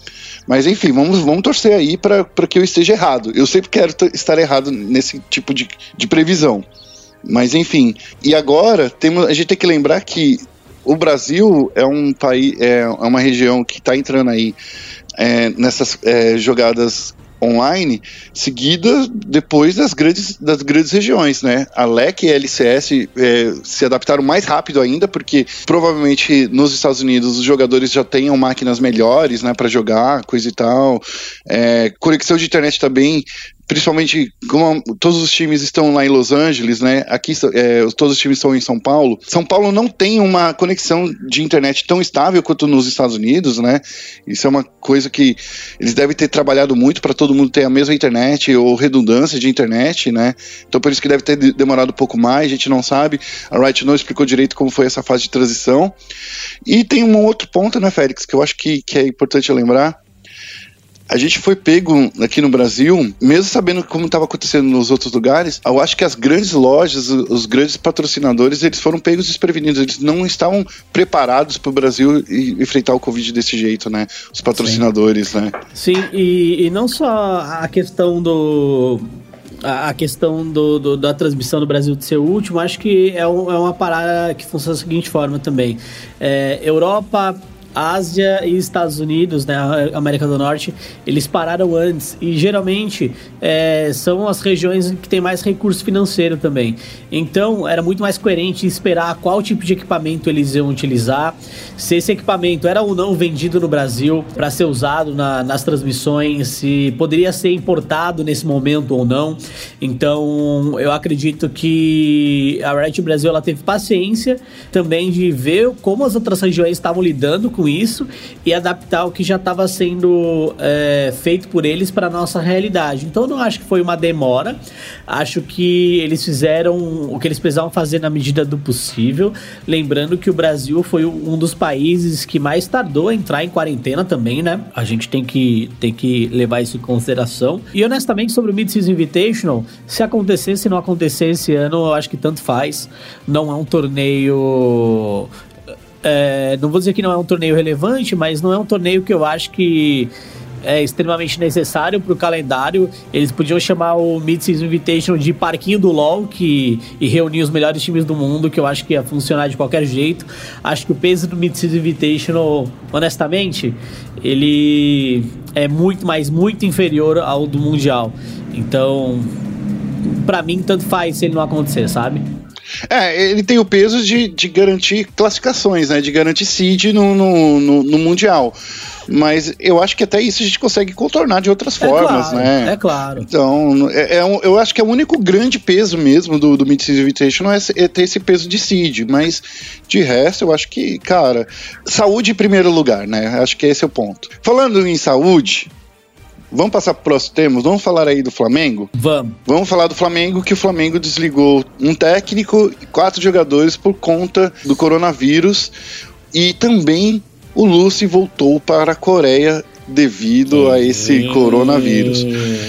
Mas enfim, vamos torcer aí para que eu esteja errado. Eu sempre quero estar errado nesse tipo de previsão. Mas enfim, e agora a gente tem que lembrar que o Brasil é um país, é uma região que está entrando aí nessas jogadas online, seguida depois das grandes regiões, né? A LEC e a LCS se adaptaram mais rápido ainda, porque provavelmente nos Estados Unidos os jogadores já tenham máquinas melhores, né, para jogar, coisa e tal. Conexão de internet também, principalmente como todos os times estão lá em Los Angeles, né? Aqui todos os times estão em São Paulo. São Paulo não tem uma conexão de internet tão estável quanto nos Estados Unidos, né? Isso é uma coisa que eles devem ter trabalhado muito para todo mundo ter a mesma internet ou redundância de internet, né? Então por isso que deve ter demorado um pouco mais, a gente não sabe. A Riot não explicou direito como foi essa fase de transição. E tem um outro ponto, né, Félix, que eu acho que é importante lembrar. a gente foi pego aqui no Brasil, mesmo sabendo como estava acontecendo nos outros lugares. Eu acho que as grandes lojas, os grandes patrocinadores, eles foram pegos desprevenidos, eles não estavam preparados para o Brasil enfrentar o Covid desse jeito, né? Os patrocinadores, sim, né? Sim, e não só a questão da transmissão do Brasil de ser o último, acho que é uma parada que funciona da seguinte forma também. Europa, Ásia e Estados Unidos, né, América do Norte, eles pararam antes e geralmente são as regiões que têm mais recurso financeiro também. Então era muito mais coerente esperar qual tipo de equipamento eles iam utilizar, se esse equipamento era ou não vendido no Brasil para ser usado nas transmissões, se poderia ser importado nesse momento ou não. Então eu acredito que a Riot Brasil ela teve paciência também de ver como as outras regiões estavam lidando com isso e adaptar o que já estava sendo feito por eles para a nossa realidade. Então eu não acho que foi uma demora, acho que eles fizeram o que eles precisavam fazer na medida do possível, lembrando que o Brasil foi um dos países que mais tardou a entrar em quarentena também, né? A gente tem que levar isso em consideração. E honestamente, sobre o Mid-Season Invitational, se acontecer, se não acontecer esse ano, eu acho que tanto faz. Não é um torneio... não vou dizer que não é um torneio relevante, mas não é um torneio que eu acho que é extremamente necessário para o calendário. Eles podiam chamar o Mid-Season Invitational de Parquinho do LoL e reunir os melhores times do mundo, que eu acho que ia funcionar de qualquer jeito. Acho que o peso do Mid-Season Invitational, honestamente, ele é muito inferior ao do Mundial. Então, para mim, tanto faz se ele não acontecer, sabe? Ele tem o peso de garantir classificações, né? De garantir seed no Mundial. Mas eu acho que até isso a gente consegue contornar de outras formas, claro, né? É claro. Então, eu acho que é o único grande peso mesmo do Mid-Season Invitational é ter esse peso de seed. Mas, de resto, eu acho que, cara, saúde em primeiro lugar, né? Acho que esse é o ponto. Falando em saúde... Vamos passar para o próximo tema? Vamos falar aí do Flamengo? Vamos falar do Flamengo, que o Flamengo desligou um técnico e 4 jogadores por conta do coronavírus. E também o Lucy voltou para a Coreia devido a esse coronavírus.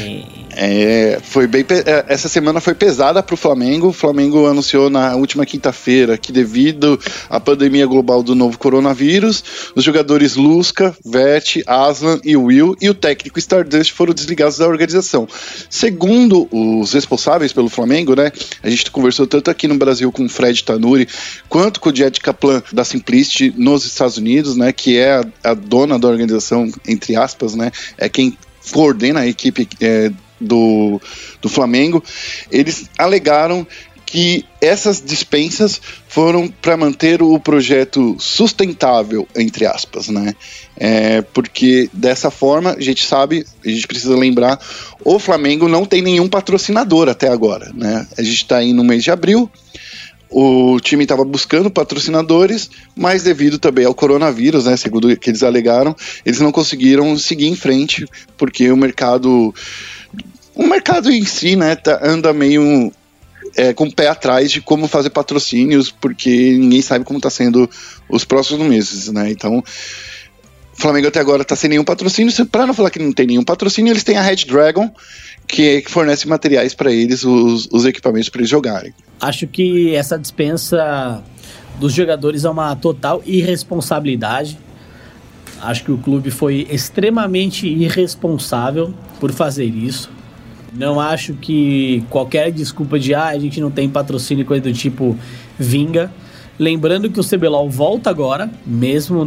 Essa semana foi pesada para o Flamengo. O Flamengo anunciou na última quinta-feira que, devido à pandemia global do novo coronavírus, os jogadores Lusca, Vert, Aslan e Will e o técnico Stardust foram desligados da organização. Segundo os responsáveis pelo Flamengo, né, a gente conversou tanto aqui no Brasil com o Fred Tanuri quanto com o Jet Kaplan da Simplicity nos Estados Unidos, né, que é a dona da organização, entre aspas, né, é quem coordena a equipe do Flamengo. Eles alegaram que essas dispensas foram para manter o projeto sustentável, entre aspas, né? Porque dessa forma, a gente precisa lembrar, o Flamengo não tem nenhum patrocinador até agora, né? A gente está aí no mês de abril, o time estava buscando patrocinadores, mas devido também ao coronavírus, né, segundo o que eles alegaram, eles não conseguiram seguir em frente, porque o mercado em si, né, anda meio com o pé atrás de como fazer patrocínios, porque ninguém sabe como está sendo os próximos meses, né? Então, o Flamengo até agora está sem nenhum patrocínio. Para não falar que não tem nenhum patrocínio, eles têm a Red Dragon, que fornece materiais para eles, os equipamentos para eles jogarem. Acho que essa dispensa dos jogadores é uma total irresponsabilidade. Acho que o clube foi extremamente irresponsável por fazer isso. Não acho que qualquer desculpa de a gente não tem patrocínio e coisa do tipo vinga. Lembrando que o CBLOL volta agora, mesmo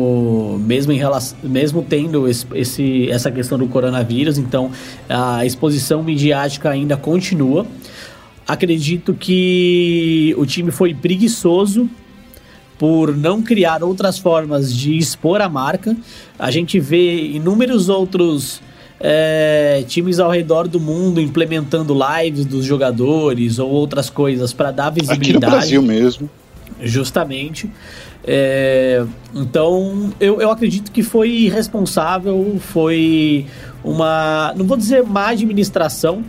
tendo essa questão do coronavírus, então a exposição midiática ainda continua. Acredito que o time foi preguiçoso por não criar outras formas de expor a marca. A gente vê inúmeros outros times ao redor do mundo implementando lives dos jogadores ou outras coisas para dar visibilidade. Aqui no Brasil mesmo. Justamente. Então eu acredito que foi irresponsável, foi uma, não vou dizer má administração,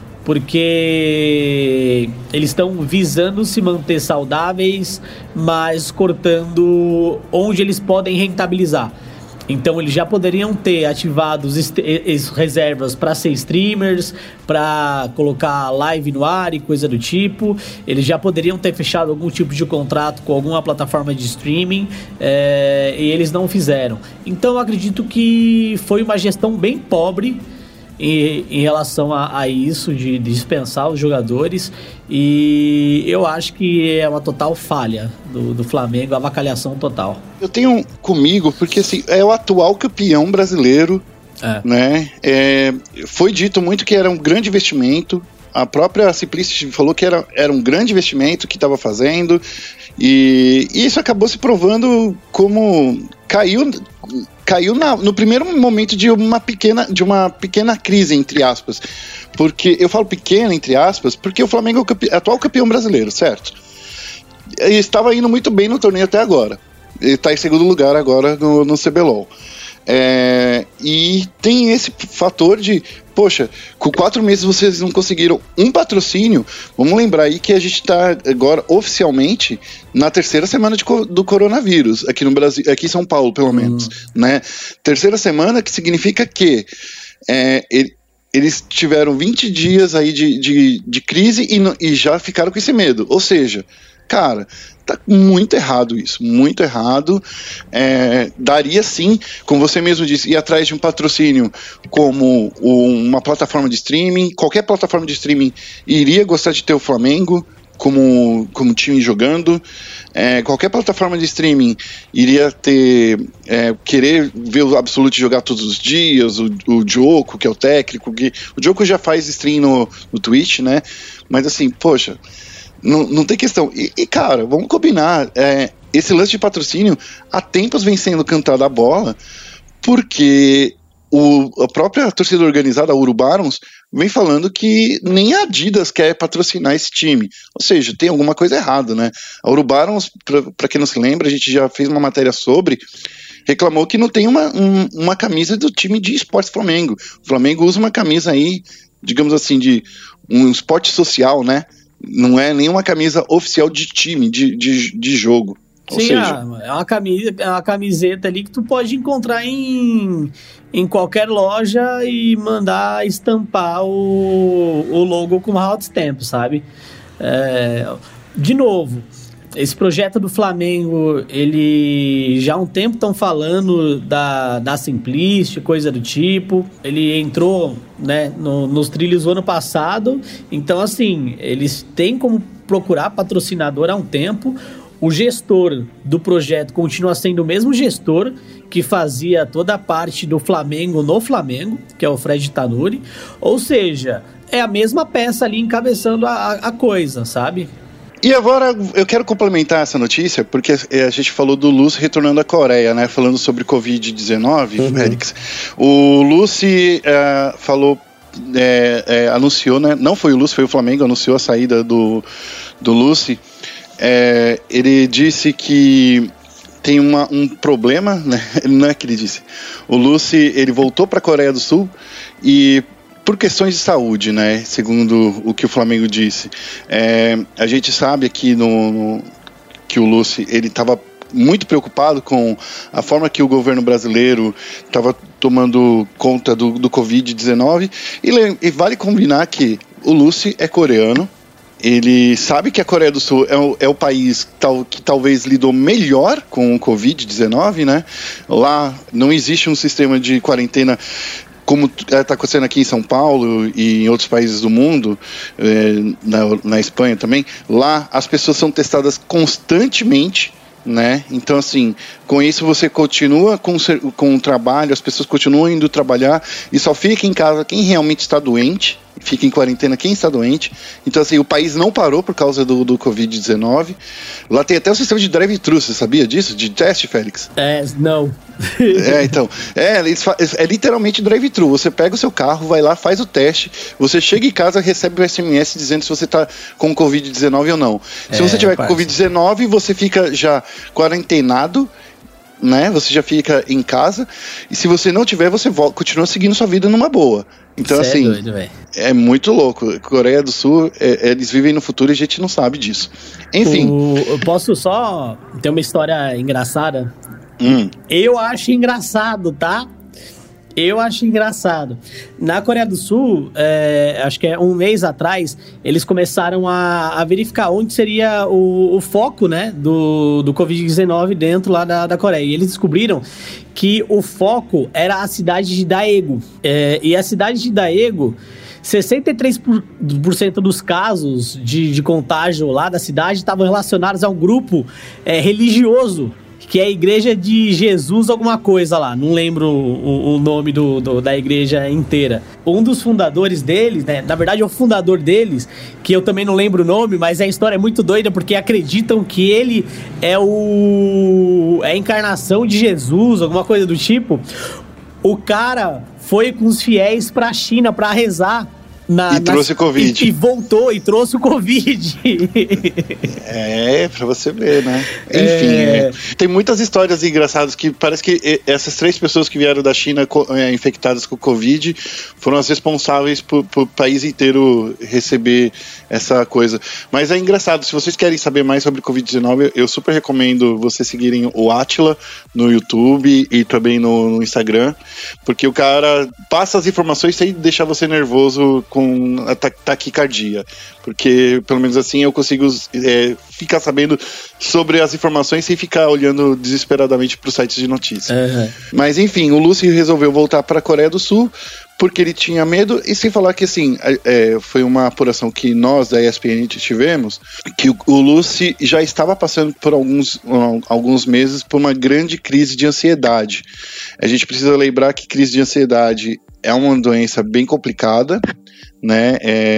porque eles estão visando se manter saudáveis, mas cortando onde eles podem rentabilizar. Então eles já poderiam ter ativado as reservas para ser streamers, para colocar live no ar e coisa do tipo. Eles já poderiam ter fechado algum tipo de contrato com alguma plataforma de streaming, e eles não fizeram. Então eu acredito que foi uma gestão bem pobre em relação a isso, de dispensar os jogadores, e eu acho que é uma total falha do Flamengo, a avacalhação total. Eu tenho comigo, porque assim, é o atual campeão brasileiro, né? Foi dito muito que era um grande investimento, a própria Simplicity falou que era um grande investimento que estava fazendo, e isso acabou se provando como caiu no primeiro momento de uma pequena crise, entre aspas. Porque eu falo pequena, entre aspas, porque o Flamengo é o atual campeão brasileiro, certo? Ele estava indo muito bem no torneio até agora. Ele está em segundo lugar agora no CBLOL. E tem esse fator de, poxa, com 4 meses vocês não conseguiram um patrocínio. Vamos lembrar aí que a gente está agora oficialmente na 3ª semana do coronavírus aqui no Brasil, aqui em São Paulo pelo menos, né? 3ª semana, que significa que eles tiveram 20 dias aí de crise e já ficaram com esse medo. Ou seja, cara, tá muito errado isso, muito errado. Daria sim, como você mesmo disse, ir atrás de um patrocínio como uma plataforma de streaming. Qualquer plataforma de streaming iria gostar de ter o Flamengo como time jogando. Qualquer plataforma de streaming iria querer ver o Absolute jogar todos os dias, o Diogo, que é o técnico, o Diogo já faz stream no Twitch, né? Mas assim, poxa, não tem questão. E cara, vamos combinar, esse lance de patrocínio há tempos vem sendo cantada a bola, porque a própria torcida organizada, a Urubarons, vem falando que nem a Adidas quer patrocinar esse time. Ou seja, tem alguma coisa errada, né? A Urubarons, para quem não se lembra, a gente já fez uma matéria sobre, reclamou que não tem uma camisa do time de esportes Flamengo. O Flamengo usa uma camisa aí, digamos assim, de um esporte social, né? Não é nenhuma camisa oficial de time, de jogo. Ou Sim, seja, é uma camiseta ali que tu pode encontrar em qualquer loja e mandar estampar o logo com hot stamp, sabe? De novo, esse projeto do Flamengo, ele já há um tempo estão falando da Simplicity, coisa do tipo. Ele entrou, né, nos trilhos o ano passado. Então, assim, eles têm como procurar patrocinador há um tempo. O gestor do projeto continua sendo o mesmo gestor que fazia toda a parte do Flamengo no Flamengo, que é o Fred Tanuri. Ou seja, é a mesma peça ali encabeçando a coisa, sabe? E agora eu quero complementar essa notícia, porque a gente falou do Lucy retornando à Coreia, né? Falando sobre Covid-19, Félix. O Lucy falou, anunciou, né? Não foi o Lucy, foi o Flamengo, anunciou a saída do Lucy. Ele disse que tem um problema, né? Não é que ele disse. O Lucy, ele voltou para a Coreia do Sul e por questões de saúde, né? Segundo o que o Flamengo disse. A gente sabe aqui que o Lucy, ele estava muito preocupado com a forma que o governo brasileiro estava tomando conta do Covid-19. E vale combinar que o Lucy é coreano. Ele sabe que a Coreia do Sul é o país que talvez lidou melhor com o Covid-19, né? Lá não existe um sistema de quarentena como está acontecendo aqui em São Paulo e em outros países do mundo, na Espanha também. Lá as pessoas são testadas constantemente, né? Então, assim, com isso você continua com o trabalho, as pessoas continuam indo trabalhar e só fica em casa quem realmente está doente, fica em quarentena quem está doente. Então, assim, o país não parou por causa do Covid-19. Lá tem até o sistema de drive-thru, você sabia disso? De teste, Félix? Não. Então, é literalmente drive-thru. Você pega o seu carro, vai lá, faz o teste, você chega em casa, recebe o SMS dizendo se você está com Covid-19 ou não. Se você tiver com Covid-19, você fica já quarentenado, né? Você já fica em casa, e se você não tiver, você continua seguindo sua vida numa boa. Então, assim, doido, é muito louco. Coreia do Sul, eles vivem no futuro e a gente não sabe disso. Enfim. Eu posso só ter uma história engraçada? Eu acho engraçado, tá? Eu acho engraçado. Na Coreia do Sul, acho que um mês atrás, eles começaram a verificar onde seria o foco, né, do Covid-19 dentro lá da Coreia. E eles descobriram que o foco era a cidade de Daegu. E a cidade de Daegu, 63% dos casos de contágio lá da cidade estavam relacionados a um grupo religioso, que é a Igreja de Jesus alguma coisa lá, não lembro o nome da igreja inteira. Um dos fundadores deles, né, na verdade é o fundador deles, que eu também não lembro o nome, mas a história é muito doida, porque acreditam que ele é a encarnação de Jesus, alguma coisa do tipo. O cara foi com os fiéis pra China pra rezar. Trouxe o Covid. E voltou e trouxe o Covid. Pra você ver, né? Enfim, tem muitas histórias engraçadas que parece que essas 3 pessoas que vieram da China infectadas com Covid foram as responsáveis por país inteiro receber essa coisa. Mas é engraçado, se vocês querem saber mais sobre Covid-19, eu super recomendo vocês seguirem o Átila no YouTube e também no Instagram, porque o cara passa as informações sem deixar você nervoso com a taquicardia, porque pelo menos assim eu consigo ficar sabendo sobre as informações sem ficar olhando desesperadamente para os sites de notícia. Mas enfim, o Lucy resolveu voltar para a Coreia do Sul porque ele tinha medo, e sem falar que assim, foi uma apuração que nós da ESPN tivemos, que o Lucy já estava passando por alguns meses por uma grande crise de ansiedade. A gente precisa lembrar que crise de ansiedade é uma doença bem complicada, né?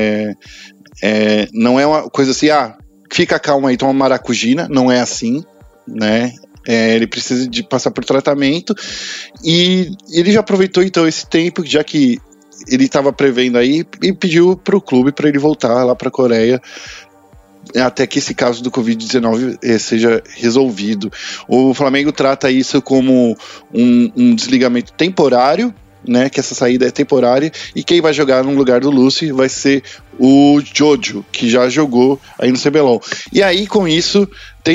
Não é uma coisa assim, fica calmo aí, toma maracujina, não é assim, né? Ele precisa de passar por tratamento, e ele já aproveitou então esse tempo, já que ele estava prevendo aí, e pediu para o clube para ele voltar lá para a Coreia até que esse caso do Covid-19 seja resolvido. O Flamengo trata isso como um desligamento temporário, né, que essa saída é temporária, e quem vai jogar no lugar do Lucy vai ser o Jojo, que já jogou aí no CBLOL. E aí, com isso,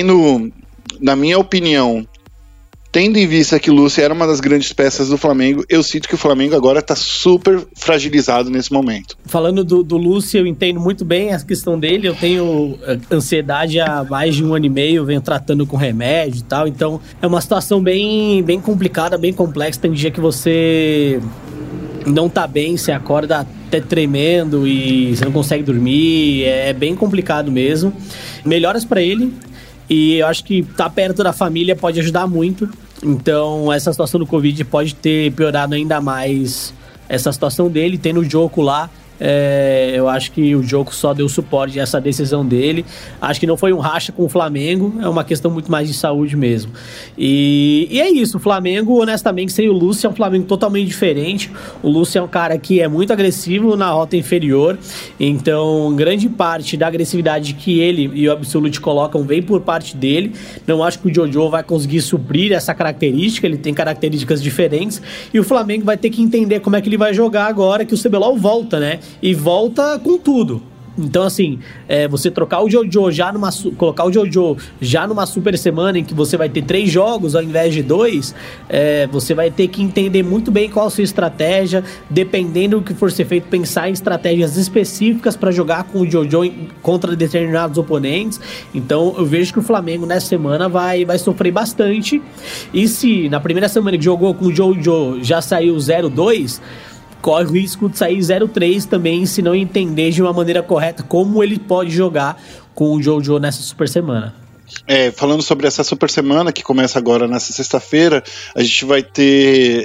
na minha opinião, tendo em vista que o Lucy era uma das grandes peças do Flamengo, eu sinto que o Flamengo agora está super fragilizado nesse momento. Falando do Lucy, eu entendo muito bem a questão dele. Eu tenho ansiedade há mais de 1 ano e meio, venho tratando com remédio e tal, então é uma situação bem, bem complicada, bem complexa. Tem dia que você não tá bem, você acorda até tremendo e você não consegue dormir, é bem complicado mesmo. Melhoras para ele. E eu acho que estar perto da família pode ajudar muito. Então, essa situação do Covid pode ter piorado ainda mais essa situação dele. Tendo o Joko lá, eu acho que o Joko só deu suporte a essa decisão dele. Acho que não foi um racha com o Flamengo, é uma questão muito mais de saúde mesmo. E é isso, o Flamengo, honestamente, sem o Lucy, é um Flamengo totalmente diferente. O Lucy é um cara que é muito agressivo na rota inferior, então grande parte da agressividade que ele e o Absolute colocam vem por parte dele. Não acho que o Jojo vai conseguir suprir essa característica, ele tem características diferentes, e o Flamengo vai ter que entender como é que ele vai jogar agora que o CBLOL volta, né? E volta com tudo. Então, assim, você trocar o Jojo colocar o Jojo já numa super semana em que você vai ter 3 jogos ao invés de 2, você vai ter que entender muito bem qual a sua estratégia, dependendo do que for ser feito, pensar em estratégias específicas para jogar com o Jojo contra determinados oponentes. Então, eu vejo que o Flamengo nessa semana vai sofrer bastante. E se na primeira semana que jogou com o Jojo já saiu 0-2, corre o risco de sair 0-3 também, se não entender de uma maneira correta como ele pode jogar com o Jojo nessa super semana. Falando sobre essa super semana que começa agora nessa sexta-feira, a gente vai ter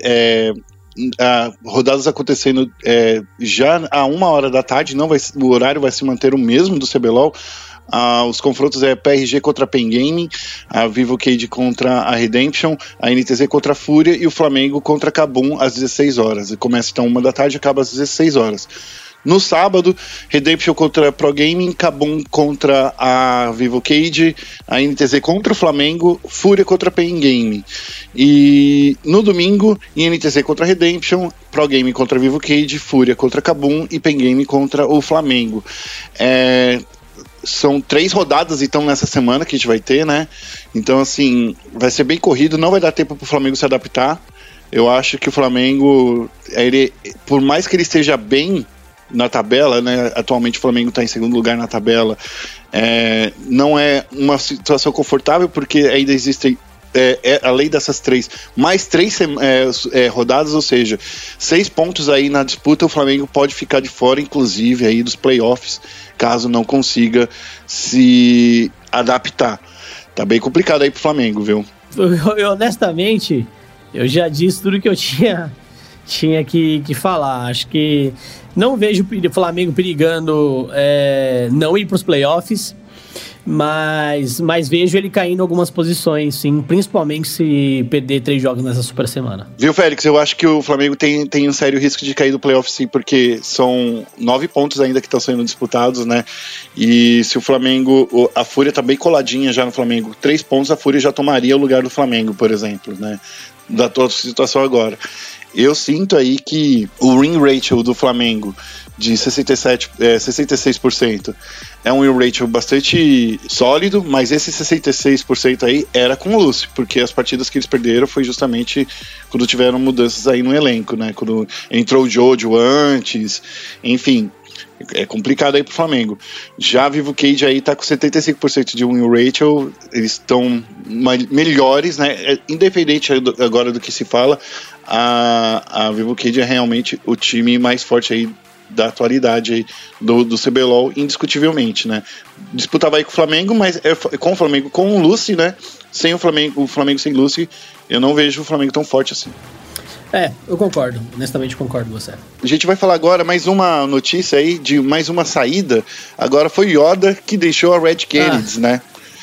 rodadas acontecendo já a 1h da tarde, o horário vai se manter o mesmo do CBLOL. Os confrontos PRG contra a Pen Gaming, a Vivo Cage contra a Redemption, a NTZ contra a Fúria e o Flamengo contra a Kabum às 16 horas. E começa então 1h da tarde e acaba às 16 horas. No sábado, Redemption contra a Pro Gaming, Kabum contra a Vivo Cage, a NTZ contra o Flamengo, Fúria contra a Pen Gaming. E no domingo, NTZ contra a Redemption, Pro Gaming contra a Vivo Cage, Fúria contra a Kabum e Pen Gaming contra o Flamengo. são 3 rodadas então nessa semana que a gente vai ter, né? Então, assim, vai ser bem corrido, não vai dar tempo pro Flamengo se adaptar. Eu acho que o Flamengo, por mais que ele esteja bem na tabela, né? Atualmente o Flamengo está em segundo lugar na tabela, não é uma situação confortável, porque ainda existem além dessas 3, mais 3 rodadas, ou seja, 6 pontos aí na disputa. O Flamengo pode ficar de fora, inclusive, aí dos playoffs, caso não consiga se adaptar. Tá bem complicado aí pro Flamengo, viu? Eu honestamente, eu já disse tudo que eu tinha que falar. Acho que não vejo o Flamengo perigando não ir pros playoffs, mas vejo ele caindo em algumas posições, sim, principalmente se perder 3 jogos nessa super semana. Viu, Félix? Eu acho que o Flamengo tem um sério risco de cair do playoff, sim, porque são 9 pontos ainda que estão sendo disputados, né? E se o Flamengo, a Fúria tá bem coladinha já no Flamengo, 3 pontos, a Fúria já tomaria o lugar do Flamengo, por exemplo, né? Da toda situação agora. Eu sinto aí que o win ratio do Flamengo de 66% é um win ratio bastante sólido, mas esse 66% aí era com o Lúcio, porque as partidas que eles perderam foi justamente quando tiveram mudanças aí no elenco, né? Quando entrou o Jojo antes, enfim, é complicado aí pro Flamengo. Já a Vivo Cage aí tá com 75% de win ratio, eles estão melhores, né? Independente agora do que se fala, a Vivo Cage é realmente o time mais forte aí da atualidade aí do CBLOL, indiscutivelmente, né? Disputava aí com o Flamengo, mas com o Flamengo, com o Lucy, né? Sem o Flamengo sem Lucy, eu não vejo o Flamengo tão forte assim. Eu concordo, honestamente concordo com você. A gente vai falar agora mais uma notícia aí de mais uma saída. Agora foi Yoda que deixou a Red Canids, né?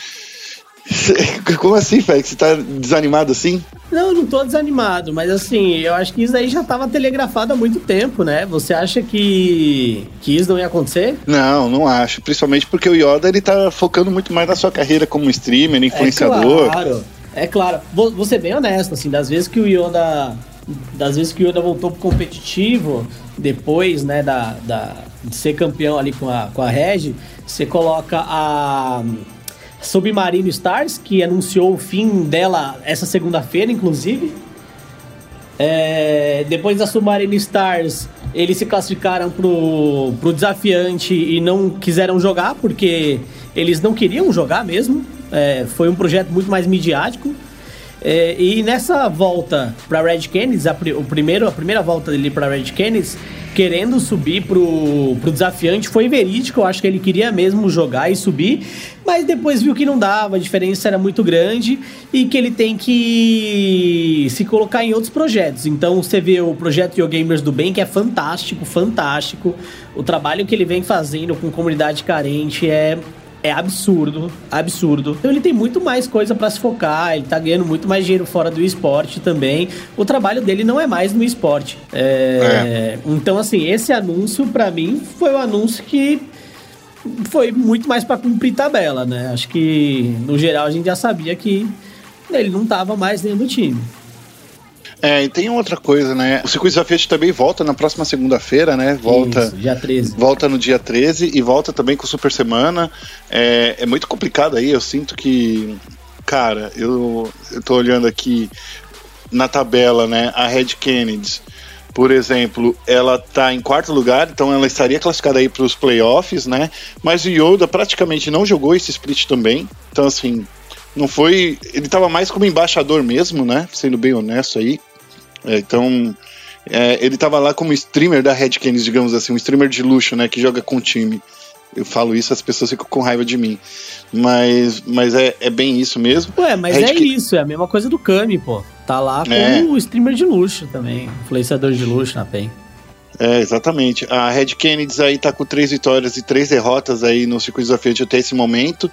Como assim, Félix? Você tá desanimado assim? Não, eu não tô desanimado, mas assim, eu acho que isso aí já tava telegrafado há muito tempo, né? Você acha que isso não ia acontecer? Não acho. Principalmente porque o Yoda, ele tá focando muito mais na sua carreira como streamer, influenciador. É claro. Vou ser bem honesto, assim, das vezes que o Yoda voltou pro competitivo, depois, né, de ser campeão ali com a Reg, você coloca a Submarino Stars, que anunciou o fim dela essa segunda-feira, inclusive. Depois da Submarino Stars, eles se classificaram pro desafiante e não quiseram jogar, porque eles não queriam jogar mesmo. Foi um projeto muito mais midiático. E nessa volta pra Red Canids, a primeira volta dele pra Red Canids, querendo subir pro desafiante, foi verídico. Eu acho que ele queria mesmo jogar e subir, mas depois viu que não dava, a diferença era muito grande e que ele tem que se colocar em outros projetos. Então você vê o projeto YoGamers do Bem, que é fantástico. O trabalho que ele vem fazendo com comunidade carente é absurdo. Então ele tem muito mais coisa pra se focar, ele tá ganhando muito mais dinheiro fora do esporte também. O trabalho dele não é mais no esporte. Então, assim, esse anúncio, pra mim, foi um anúncio que foi muito mais pra cumprir tabela, né? Acho que, no geral, a gente já sabia que ele não tava mais dentro do time. E tem outra coisa, né? O Circuito Desafiante também volta na próxima segunda-feira, né? Isso, dia 13. Volta no dia 13 e volta também com Super Semana. É muito complicado aí, eu sinto que... Cara, eu tô olhando aqui na tabela, né? A Red Canids, por exemplo, ela tá em 4º lugar, então ela estaria classificada aí pros playoffs, né? Mas o Yoda praticamente não jogou esse split também. Então, assim, não foi... Ele tava mais como embaixador mesmo, né? Sendo bem honesto aí. Então, ele tava lá como streamer da Red Canids, digamos assim, um streamer de luxo, né, que joga com o time. Eu falo isso, as pessoas ficam com raiva de mim. Mas é bem isso mesmo. Mas isso, é a mesma coisa do Kami, pô. Tá lá como streamer de luxo também, influenciador de luxo na PEN. Exatamente. A Red Canids aí tá com 3 vitórias e 3 derrotas aí no Circuito Desafiante até esse momento,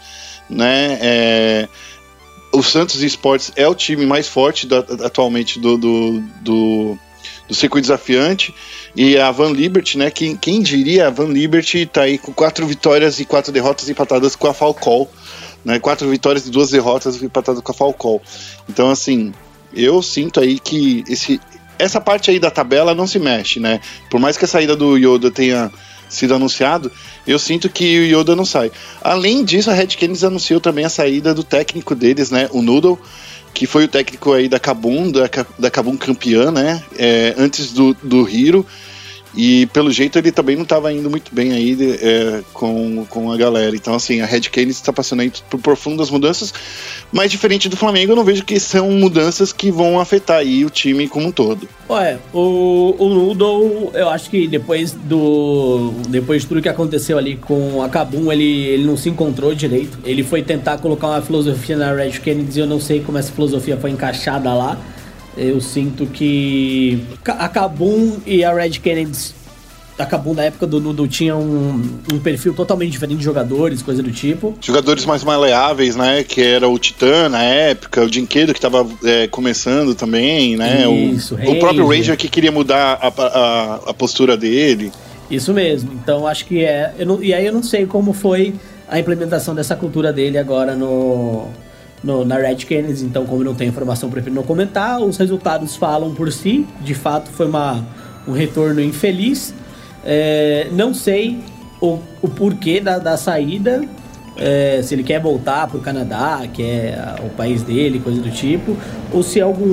né? O Santos Esportes é o time mais forte atualmente do Circuito Desafiante. E a Van Liberty, né? Quem diria, a Van Liberty tá aí com 4 vitórias e 4 derrotas empatadas com a Falcol, né? 4 vitórias e 2 derrotas empatadas com a Falcol. Então, assim, eu sinto aí que essa parte aí da tabela não se mexe, né? Por mais que a saída do Yoda tenha sido anunciado, eu sinto que o Yoda não sai. Além disso, a Red Canids anunciou também a saída do técnico deles, né, o Noodle, que foi o técnico aí da Kabum, da Kabum campeã, né, antes do Hiro. E pelo jeito ele também não estava indo muito bem aí com a galera. Então assim, a Red Canids está passando aí por profundas mudanças, mas diferente do Flamengo, eu não vejo que são mudanças que vão afetar aí o time como um todo. O Noodle, eu acho que depois de tudo que aconteceu ali com a Kabum, ele não se encontrou direito. Ele foi tentar colocar uma filosofia na Red Canids e eu não sei como essa filosofia foi encaixada lá. Eu sinto que a Kabum e a Red Canids, a Kabum da época do Noodle tinha um perfil totalmente diferente de jogadores, coisa do tipo. Jogadores mais maleáveis, né? Que era o Titã na época, o Jinkedo que tava começando também, né? Isso, o próprio Ranger que queria mudar a postura dele. Isso mesmo, então acho que e aí eu não sei como foi a implementação dessa cultura dele agora na Red Canids, então como eu não tenho informação, prefiro não comentar. Os resultados falam por si, de fato foi um retorno infeliz. Não sei o porquê da saída, se ele quer voltar para o Canadá, que é o país dele, coisa do tipo, ou se algum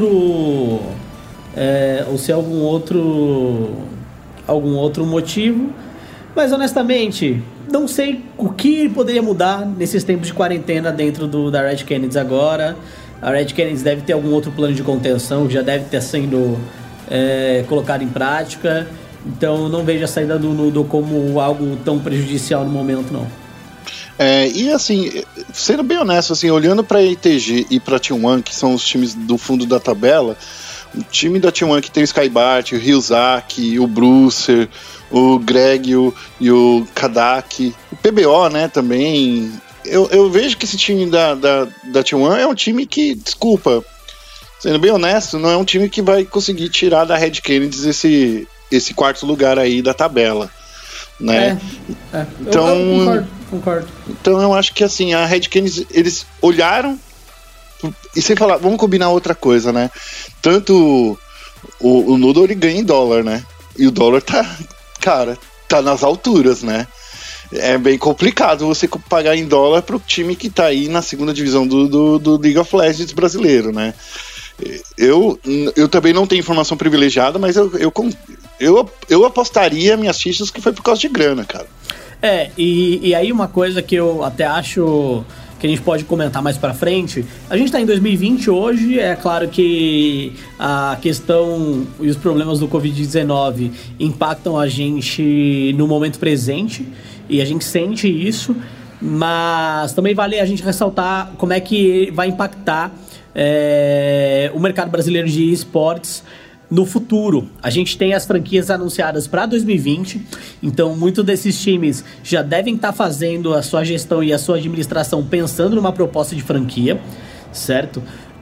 outro motivo, mas honestamente não sei o que poderia mudar nesses tempos de quarentena dentro da Red Canids agora. A Red Canids deve ter algum outro plano de contenção que já deve estar sendo colocado em prática. Então não vejo a saída do Noodle como algo tão prejudicial no momento, não. E assim, sendo bem honesto, assim, olhando para a ITG e para a T1, que são os times do fundo da tabela, o time da T1 que tem o Skybart, o Ryuzaki, o Brucer, o Greg e o Kadak, o PBO, né, também. Eu vejo que esse time da T1 é um time que, desculpa, sendo bem honesto, não é um time que vai conseguir tirar da Red Canids esse quarto lugar aí da tabela, né? Então, eu concordo. Então eu acho que assim, a Red Canids, eles olharam e sem falar, vamos combinar outra coisa, né? Tanto o Noodle, ele ganha em dólar, né? E o dólar tá nas alturas, né? É bem complicado você pagar em dólar pro time que tá aí na segunda divisão do League of Legends brasileiro, né? Eu também não tenho informação privilegiada, mas eu apostaria minhas fichas que foi por causa de grana, cara. E aí uma coisa que eu até acho que a gente pode comentar mais pra frente, a gente tá em 2020 hoje, é claro que a questão e os problemas do Covid-19 impactam a gente no momento presente, e a gente sente isso, mas também vale a gente ressaltar como é que vai impactar o mercado brasileiro de esportes no futuro. A gente tem as franquias anunciadas para 2020, então muitos desses times já devem estar fazendo a sua gestão e a sua administração pensando numa proposta de franquia, certo?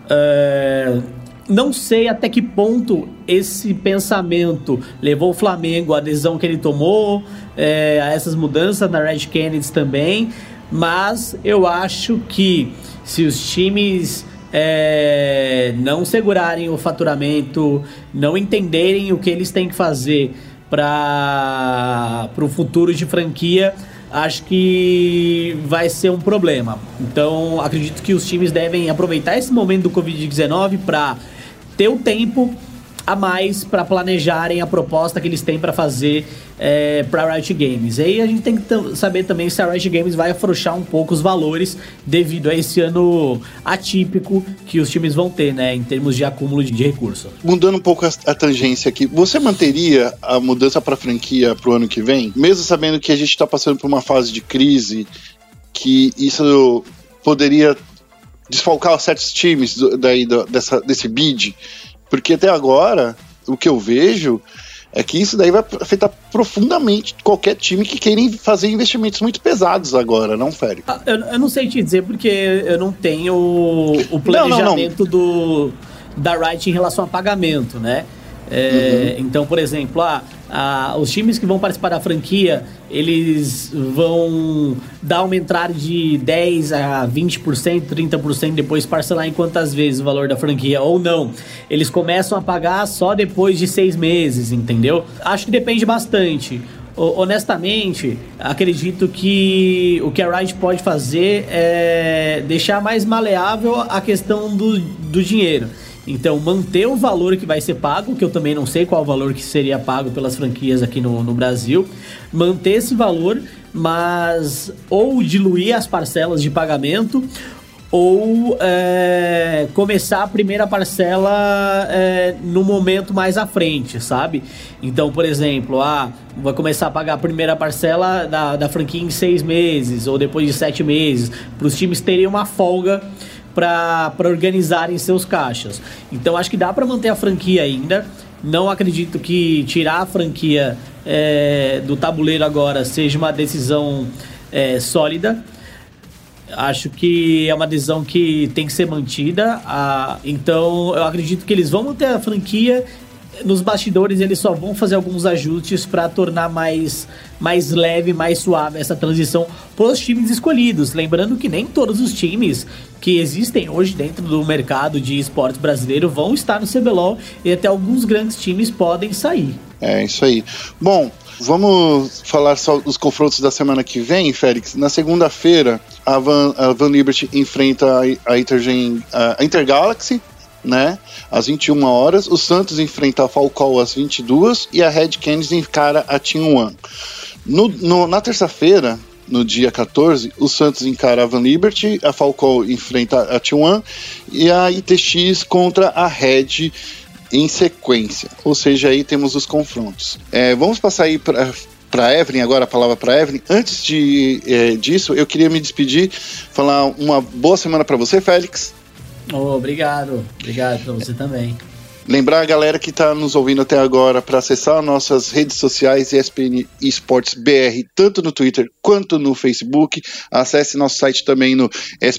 Não sei até que ponto esse pensamento levou o Flamengo à adesão que ele tomou, a essas mudanças na Red Canids também, mas eu acho que se os times não segurarem o faturamento, não entenderem o que eles têm que fazer para o futuro de franquia, acho que vai ser um problema. Então acredito que os times devem aproveitar esse momento do Covid-19 para ter o tempo a mais para planejarem a proposta que eles têm para fazer para a Riot Games. E aí a gente tem que saber também se a Riot Games vai afrouxar um pouco os valores devido a esse ano atípico que os times vão ter, né, em termos de acúmulo de recurso. Mudando um pouco a tangência aqui, você manteria a mudança para a franquia para o ano que vem? Mesmo sabendo que a gente está passando por uma fase de crise, que isso poderia desfalcar certos times desse bid? Porque até agora, o que eu vejo é que isso daí vai afetar profundamente qualquer time que queira fazer investimentos muito pesados agora, não, Félix? Eu não sei te dizer porque eu não tenho o planejamento da Riot em relação a pagamento, né? Então, por exemplo, os times que vão participar da franquia, eles vão dar uma entrada de 10% a 20%, 30%, depois parcelar em quantas vezes o valor da franquia, ou não. Eles começam a pagar só depois de 6 meses, entendeu? Acho que depende bastante. honestamente, acredito que o que a Riot pode fazer é deixar mais maleável a questão do dinheiro. Então, manter o valor que vai ser pago, que eu também não sei qual o valor que seria pago pelas franquias aqui no Brasil, manter esse valor, mas ou diluir as parcelas de pagamento, ou começar a primeira parcela no momento mais à frente, sabe? Então, por exemplo, vai começar a pagar a primeira parcela da franquia em 6 meses, ou depois de 7 meses, para os times terem uma folga para organizarem seus caixas. Então, acho que dá para manter a franquia ainda. Não acredito que tirar a franquia do tabuleiro agora seja uma decisão sólida. Acho que é uma decisão que tem que ser mantida. Então, eu acredito que eles vão manter a franquia. Nos bastidores, eles só vão fazer alguns ajustes para tornar mais leve, mais suave essa transição para os times escolhidos. Lembrando que nem todos os times que existem hoje dentro do mercado de esportes brasileiro vão estar no CBLOL, e até alguns grandes times podem sair. É isso aí. Bom, vamos falar só dos confrontos da semana que vem, Félix. Na segunda-feira, a Van Liberty enfrenta a Intergalaxy, né, às 21 horas. O Santos enfrenta a Falcao às 22 e a Red Canids encara a Team One. Na terça-feira, no dia 14, o Santos encara a Van Liberty, a Falcao enfrenta a Team One e a ITX contra a Red em sequência. Ou seja, aí temos os confrontos. Vamos passar aí para Evelyn, agora a palavra para Evelyn. Antes disso, eu queria me despedir, falar uma boa semana para você, Félix. Obrigado para você também. Lembrar a galera que está nos ouvindo até agora para acessar nossas redes sociais ESPN Esportes BR, tanto no Twitter quanto no Facebook. Acesse nosso site também no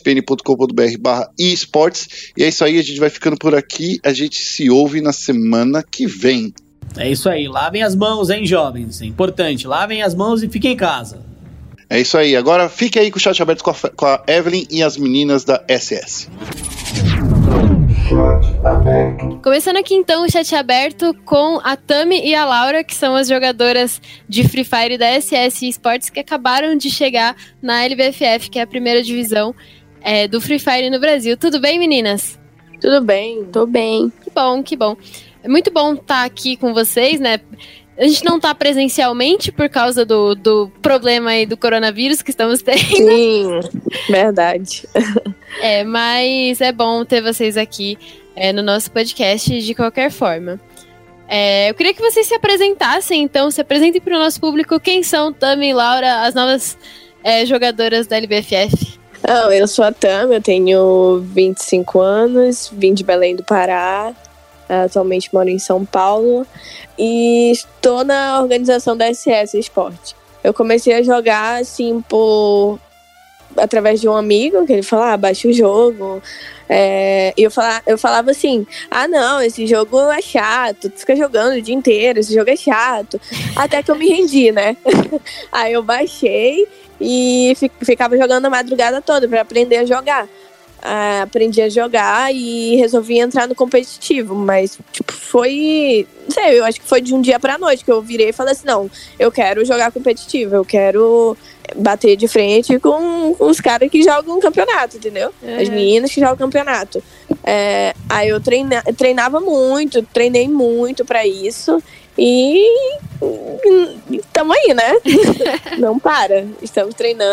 espn.com.br/esportes. E é isso aí, a gente vai ficando por aqui. A gente se ouve na semana que vem. É isso aí, lavem as mãos, hein, jovens? É importante, lavem as mãos e fiquem em casa. É isso aí, agora fique aí com o chat aberto com a Evelyn e as meninas da SS. Começando aqui então o chat aberto com a Tami e a Laura, que são as jogadoras de Free Fire da SS Esportes que acabaram de chegar na LBFF, que é a primeira divisão do Free Fire no Brasil. Tudo bem, meninas? Tudo bem, tô bem. Que bom. É muito bom estar aqui com vocês, né? A gente não tá presencialmente por causa do problema aí do coronavírus que estamos tendo. Sim, verdade. Mas é bom ter vocês aqui no nosso podcast de qualquer forma. Eu queria que vocês se apresentassem, então, se apresentem para o nosso público. Quem são Tami e Laura, as novas jogadoras da LBFF? Eu sou a Tami, eu tenho 25 anos, vim de Belém do Pará. Atualmente moro em São Paulo e estou na organização da SS Esporte. Eu comecei a jogar assim através de um amigo, que ele falava, baixa o jogo. E eu falava assim, não, esse jogo é chato, tu fica jogando o dia inteiro, esse jogo é chato. Até que eu me rendi, né? Aí eu baixei e ficava jogando a madrugada toda para aprender a jogar. Aprendi a jogar e resolvi entrar no competitivo, mas foi, não sei, eu acho que foi de um dia pra noite que eu virei e falei assim, não, eu quero jogar competitivo, eu quero bater de frente com os caras que jogam campeonato, entendeu? As meninas que jogam campeonato. Aí eu treinava muito, treinei muito pra isso e tamo aí, né? Não para, estamos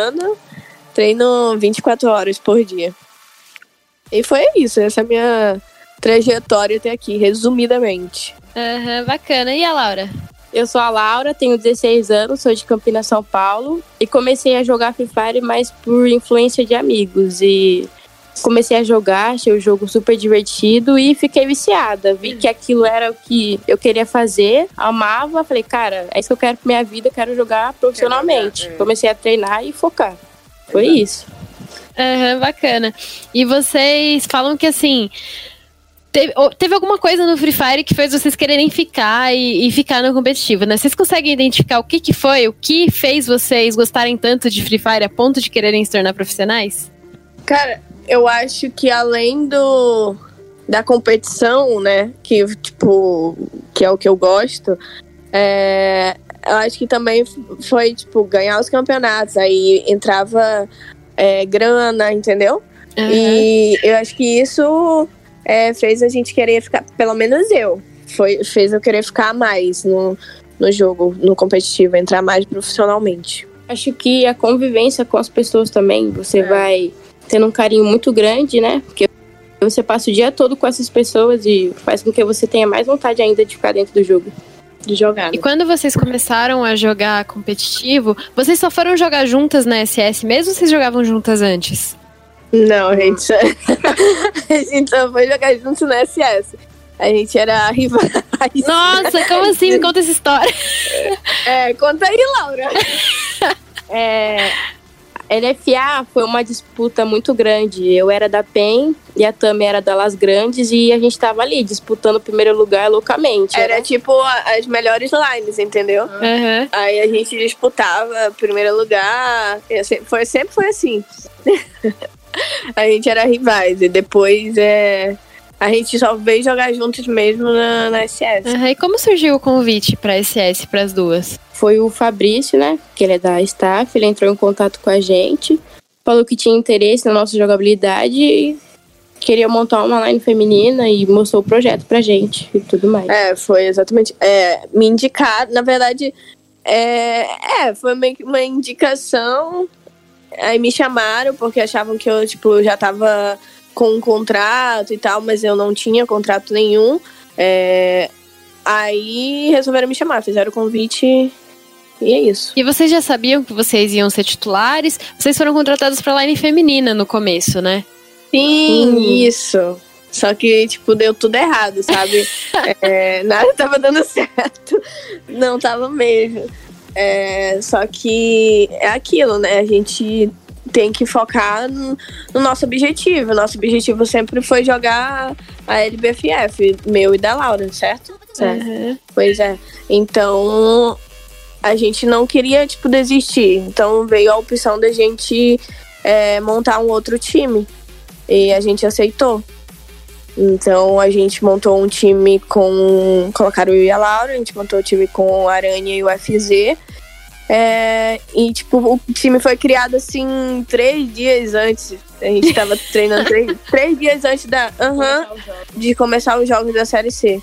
treino 24 horas por dia. E foi isso, essa é a minha trajetória até aqui, resumidamente. Bacana. E a Laura? Eu sou a Laura, tenho 16 anos, sou de Campinas, São Paulo. E comecei a jogar Free Fire mais por influência de amigos. E comecei a jogar, achei o jogo super divertido e fiquei viciada. Vi que aquilo era o que eu queria fazer, amava. Falei, cara, é isso que eu quero pra minha vida, quero jogar profissionalmente. Comecei a treinar e focar. Foi isso. Bacana. E vocês falam que assim teve alguma coisa no Free Fire que fez vocês quererem ficar e ficar no competitivo, né? Vocês conseguem identificar o que foi, o que fez vocês gostarem tanto de Free Fire a ponto de quererem se tornar profissionais? Cara, eu acho que além da competição, né, que é o que eu gosto, eu acho que também foi, tipo, ganhar os campeonatos. Aí entrava grana, entendeu? Uhum. E eu acho que isso fez a gente querer ficar, pelo menos fez eu querer ficar mais no jogo, no competitivo, entrar mais profissionalmente. Acho que a convivência com as pessoas também, você vai tendo um carinho muito grande, né? Porque você passa o dia todo com essas pessoas e faz com que você tenha mais vontade ainda de ficar dentro do jogo, de jogar. Né? E quando vocês começaram a jogar competitivo, vocês só foram jogar juntas na SS mesmo ou vocês jogavam juntas antes? Não, a gente só foi jogar junto na SS. A gente era rivais. Nossa, como assim? Me conta essa história. Conta aí, Laura. LFA foi uma disputa muito grande. Eu era da PEN e a Tami era da Las Grandes e a gente tava ali disputando o primeiro lugar loucamente. Era tipo as melhores lines, entendeu? Uhum. Aí a gente disputava primeiro lugar. Sempre foi assim. A gente era rivais e depois a gente só veio jogar juntos mesmo na SS. Uhum. E como surgiu o convite pra SS, pras duas? Foi o Fabrício, né, que ele é da staff, ele entrou em contato com a gente, falou que tinha interesse na nossa jogabilidade e queria montar uma line feminina e mostrou o projeto pra gente e tudo mais. Foi exatamente. Me indicaram, na verdade, foi meio que uma indicação. Aí me chamaram porque achavam que eu, tipo, já tava com um contrato e tal, mas eu não tinha contrato nenhum. Aí resolveram me chamar, fizeram o convite e é isso. E vocês já sabiam que vocês iam ser titulares? Vocês foram contratados pra line feminina no começo, né? Sim, isso. Só que, tipo, deu tudo errado, sabe? Nada tava dando certo. Não tava mesmo. Só que é aquilo, né? A gente tem que focar no nosso objetivo. Nosso objetivo sempre foi jogar a LBFF, meu e da Laura, certo? Certo. Uhum. Pois é. Então, a gente não queria, tipo, desistir. Então, veio a opção da gente montar um outro time. E a gente aceitou. Então, a gente montou um time colocaram eu e a Laura, a gente montou o time com a Aranha e o FZ. E, tipo, o time foi criado, assim, 3 dias antes. A gente tava treinando 3 dias antes de começar os jogos da Série C.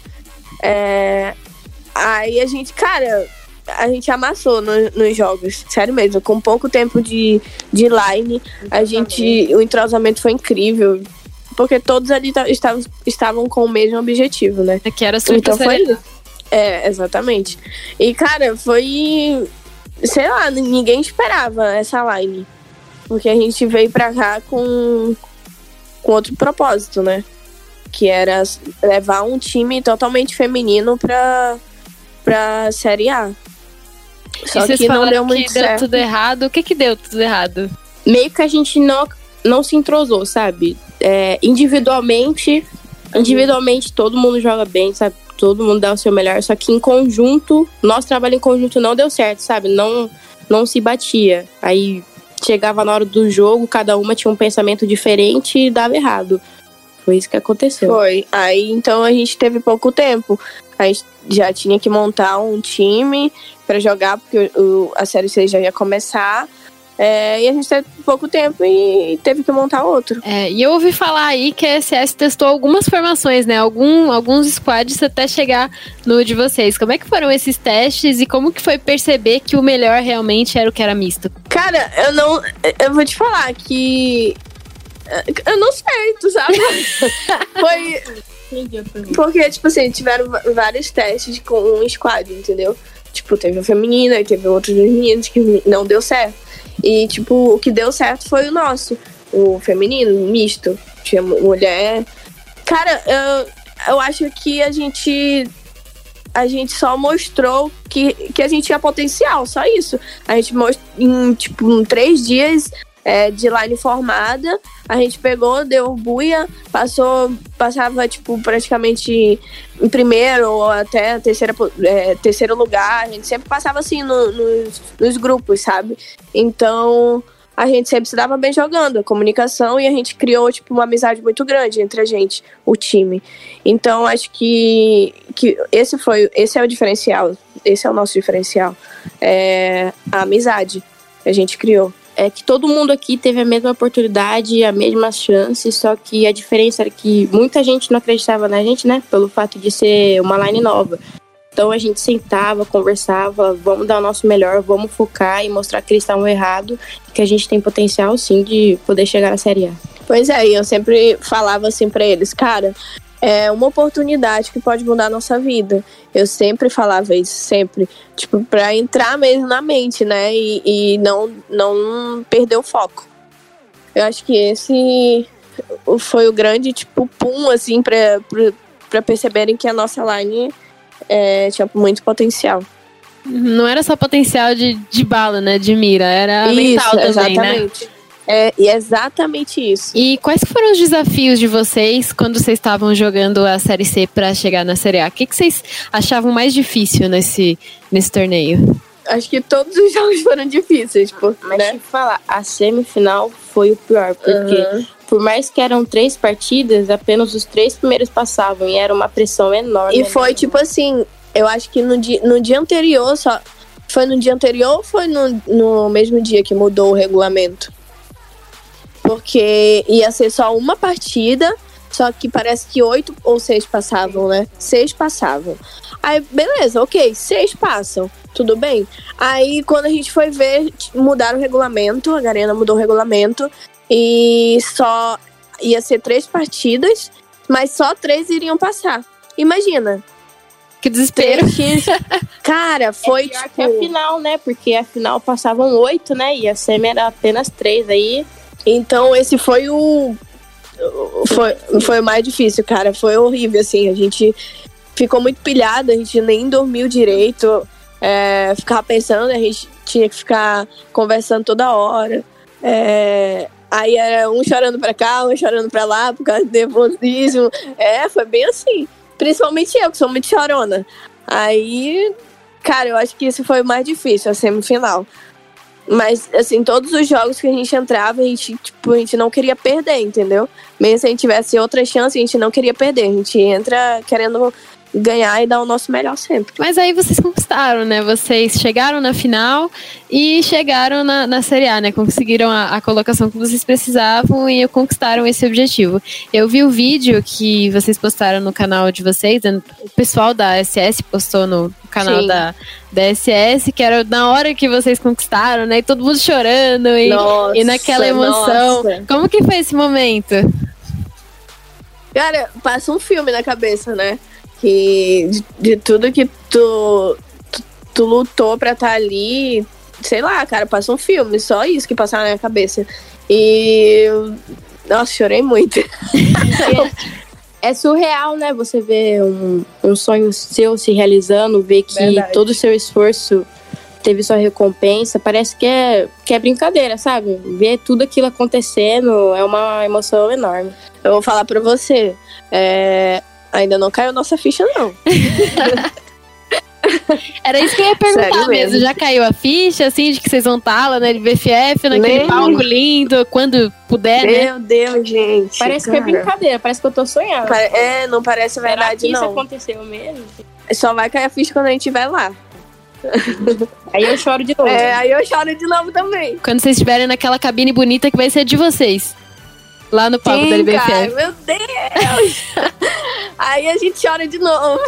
Aí a gente amassou nos jogos, sério mesmo. Com pouco tempo de line, o entrosamento foi incrível. Porque todos ali estavam com o mesmo objetivo, né? Que era super então foi isso. Exatamente. E, cara, foi... Sei lá, ninguém esperava essa line. Porque a gente veio pra cá com outro propósito, né? Que era levar um time totalmente feminino pra Série A. Só que não deu muito certo. Deu tudo errado. O que deu tudo errado? Meio que a gente não se entrosou, sabe? Individualmente todo mundo joga bem, sabe? Todo mundo dá o seu melhor, só que em conjunto, nosso trabalho em conjunto não deu certo, sabe? Não se batia. Aí chegava na hora do jogo, cada uma tinha um pensamento diferente e dava errado. Foi isso que aconteceu. Foi. Aí então a gente teve pouco tempo. A gente já tinha que montar um time pra jogar, porque a Série C já ia começar. E a gente teve pouco tempo e teve que montar outro. E eu ouvi falar aí que a SS testou algumas formações, né? Alguns squads até chegar no de vocês. Como é que foram esses testes e como que foi perceber que o melhor realmente era o que era misto? Cara, eu vou te falar que... Eu não sei, tu sabe? Foi... Porque, tipo assim, tiveram vários testes com um squad, entendeu? Tipo, teve a feminina e teve outros meninos que não deu certo. E, tipo, o que deu certo foi o nosso. O feminino, misto. Tinha mulher. Cara, eu acho que a gente só mostrou que a gente tinha potencial, só isso. A gente mostrou em 3 dias de line formada. A gente pegou, deu buia, passava, tipo, praticamente em primeiro ou até terceiro lugar. A gente sempre passava, assim, nos grupos, sabe? Então, a gente sempre se dava bem jogando, a comunicação, e a gente criou, tipo, uma amizade muito grande entre a gente, o time. Então, acho que esse é o diferencial, esse é o nosso diferencial, a amizade que a gente criou. É que todo mundo aqui teve a mesma oportunidade, a mesma chance, só que a diferença era que muita gente não acreditava na gente, né? Pelo fato de ser uma line nova. Então a gente sentava, conversava, vamos dar o nosso melhor, vamos focar e mostrar que eles estavam errados, que a gente tem potencial sim de poder chegar na Série A. Pois é, e eu sempre falava assim pra eles, cara, é uma oportunidade que pode mudar a nossa vida. Eu sempre falava isso, sempre. Tipo, pra entrar mesmo na mente, né? E não perder o foco. Eu acho que esse foi o grande, tipo, pum, assim, pra perceberem que a nossa line tinha muito potencial. Não era só potencial de bala, né? De mira, era isso, mental também, exatamente. Né? E é exatamente isso. E quais foram os desafios de vocês quando vocês estavam jogando a Série C para chegar na Série A? O que vocês achavam mais difícil nesse torneio? Acho que todos os jogos foram difíceis, Mas né? te falar, a semifinal foi o pior, porque por mais que eram 3 partidas, apenas os 3 primeiros passavam e era uma pressão enorme. E foi tipo assim, eu acho que no dia anterior, foi no dia anterior ou foi no mesmo dia que mudou o regulamento? Porque ia ser só uma partida, só que parece que 8 ou 6 passavam, né? 6 passavam. Aí, beleza, ok, 6 passam, tudo bem. Aí, quando a gente foi ver, mudaram o regulamento, a Garena mudou o regulamento, e só ia ser 3 partidas, mas só 3 iriam passar. Imagina. Que desespero. Cara, foi pior tipo... que a final, né? Porque a final passavam 8, né? E a semi era apenas 3, aí... Então, esse foi foi o mais difícil, cara. Foi horrível, assim. A gente ficou muito pilhado, a gente nem dormiu direito. Ficava pensando, a gente tinha que ficar conversando toda hora. Aí era um chorando pra cá, um chorando pra lá, por causa do nervosismo. Foi bem assim. Principalmente eu, que sou muito chorona. Aí, cara, eu acho que esse foi o mais difícil, a semifinal. Mas, assim, todos os jogos que a gente entrava, a gente não queria perder, entendeu? Mesmo se a gente tivesse outra chance, a gente não queria perder. A gente entra querendo ganhar e dar o nosso melhor sempre. Mas aí vocês conquistaram, né? Vocês chegaram na final e chegaram na Série A, né? Conseguiram a colocação que vocês precisavam e conquistaram esse objetivo. Eu vi o vídeo que vocês postaram no canal de vocês, o pessoal da SS postou no canal da SS, que era na hora que vocês conquistaram, né? E todo mundo chorando e naquela emoção. Nossa. Como que foi esse momento? Cara, passa um filme na cabeça, né? Que de tudo que tu lutou pra estar ali, sei lá, cara, passa um filme, só isso que passava na minha cabeça. E nossa, chorei muito. É surreal, né? Você ver um sonho seu se realizando, ver que Verdade. Todo o seu esforço teve sua recompensa. Parece que é brincadeira, sabe? Ver tudo aquilo acontecendo é uma emoção enorme. Eu vou falar pra você, ainda não caiu nossa ficha, não. Era isso que eu ia perguntar mesmo. Já caiu a ficha, assim, de que vocês vão estar lá na LBFF, naquele palco lindo, quando puder, né? Meu Deus, gente. Parece que é brincadeira, parece que eu tô sonhando. Não parece verdade, não. Será que isso aconteceu mesmo? Só vai cair a ficha quando a gente estiver lá. Aí eu choro de novo. Aí eu choro de novo também. Quando vocês estiverem naquela cabine bonita que vai ser de vocês. Lá no palco da LBFF. Cara, meu Deus! Aí a gente chora de novo.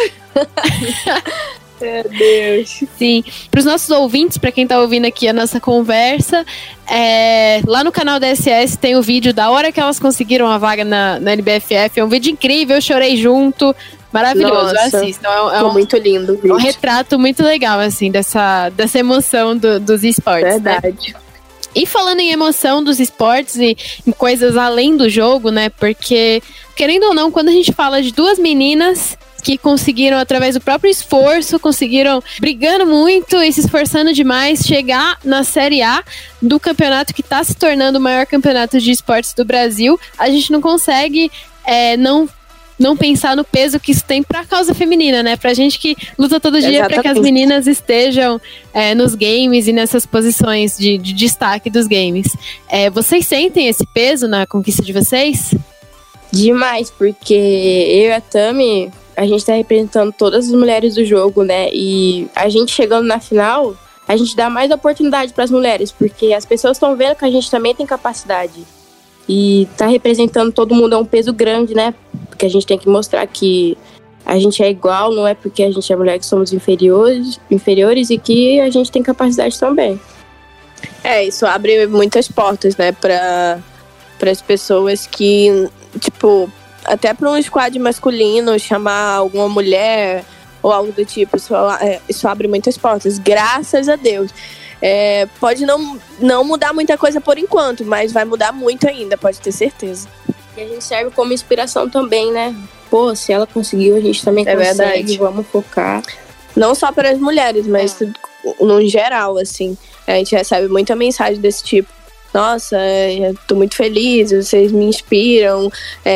Meu Deus. Sim. Para os nossos ouvintes, para quem tá ouvindo aqui a nossa conversa, lá no canal da SS tem o vídeo da hora que elas conseguiram a vaga na LBFF. É um vídeo incrível, eu chorei junto. Maravilhoso, assistam. Muito lindo o vídeo. É um retrato muito legal, assim, dessa emoção dos esportes. Verdade. Né? E falando em emoção dos esportes e em coisas além do jogo, né? Porque, querendo ou não, quando a gente fala de 2 meninas que conseguiram, através do próprio esforço, conseguiram, brigando muito e se esforçando demais, chegar na Série A do campeonato que está se tornando o maior campeonato de esportes do Brasil, a gente não consegue não não pensar no peso que isso tem pra causa feminina, né? Pra gente que luta todo dia pra que as meninas estejam nos games e nessas posições de destaque dos games. Vocês sentem esse peso na conquista de vocês? Demais, porque eu e a Tami, a gente tá representando todas as mulheres do jogo, né? E a gente chegando na final, a gente dá mais oportunidade pras mulheres, porque as pessoas estão vendo que a gente também tem capacidade. E tá representando todo mundo é um peso grande, né? Porque a gente tem que mostrar que a gente é igual, não é porque a gente é mulher que somos inferiores e que a gente tem capacidade também. Isso abre muitas portas, né, para as pessoas que, tipo, até para um squad masculino chamar alguma mulher ou algo do tipo, isso abre muitas portas, graças a Deus. Pode não mudar muita coisa por enquanto, mas vai mudar muito ainda, pode ter certeza. E a gente serve como inspiração também, né? Pô, se ela conseguiu, a gente também consegue, verdade. Vamos focar. Não só para as mulheres, mas no geral, assim. A gente recebe muita mensagem desse tipo. Nossa, tô muito feliz, vocês me inspiram,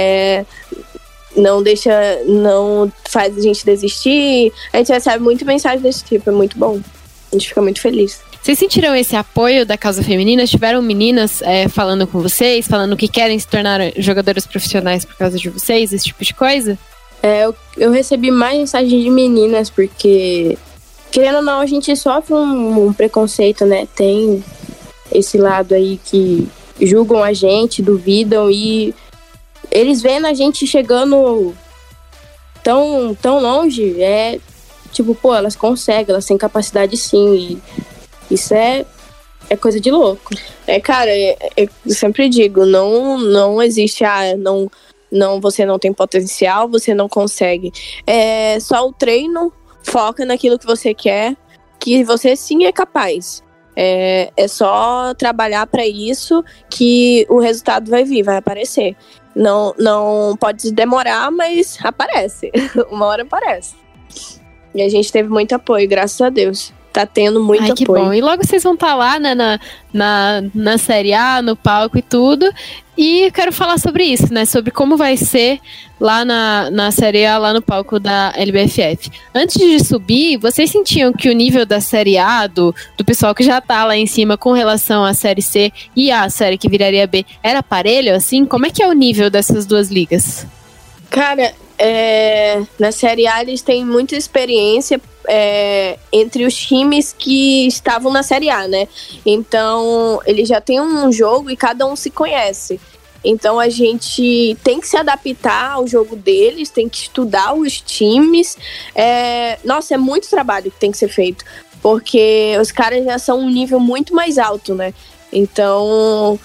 não faz a gente desistir. A gente recebe muita mensagem desse tipo, é muito bom. A gente fica muito feliz. Vocês sentiram esse apoio da causa feminina? Tiveram meninas falando com vocês, falando que querem se tornar jogadoras profissionais por causa de vocês, esse tipo de coisa? Eu recebi mais mensagens de meninas, porque, querendo ou não, a gente sofre um preconceito, né? Tem esse lado aí que julgam a gente, duvidam, e eles vendo a gente chegando tão longe, tipo, pô, elas conseguem, elas têm capacidade sim, e isso é coisa de louco. Cara, eu sempre digo, não existe, você não tem potencial, você não consegue. Só o treino, foca naquilo que você quer, que você sim é capaz. É só trabalhar para isso que o resultado vai vir, vai aparecer. Não pode demorar, mas aparece. Uma hora aparece. E a gente teve muito apoio, graças a Deus. Tá tendo muito apoio. Que bom. E logo vocês vão estar lá, né, na Série A, no palco e tudo. E eu quero falar sobre isso, né? Sobre como vai ser lá na Série A, lá no palco da LBFF. Antes de subir, vocês sentiam que o nível da Série A, do pessoal que já tá lá em cima com relação à Série C e à série que viraria B, era parelho, assim? Como é que é o nível dessas duas ligas? Cara, na Série A eles têm muita experiência entre os times que estavam na Série A, né? Então, eles já têm um jogo e cada um se conhece. Então, a gente tem que se adaptar ao jogo deles, tem que estudar os times. Nossa, é muito trabalho que tem que ser feito, porque os caras já são um nível muito mais alto, né? Então,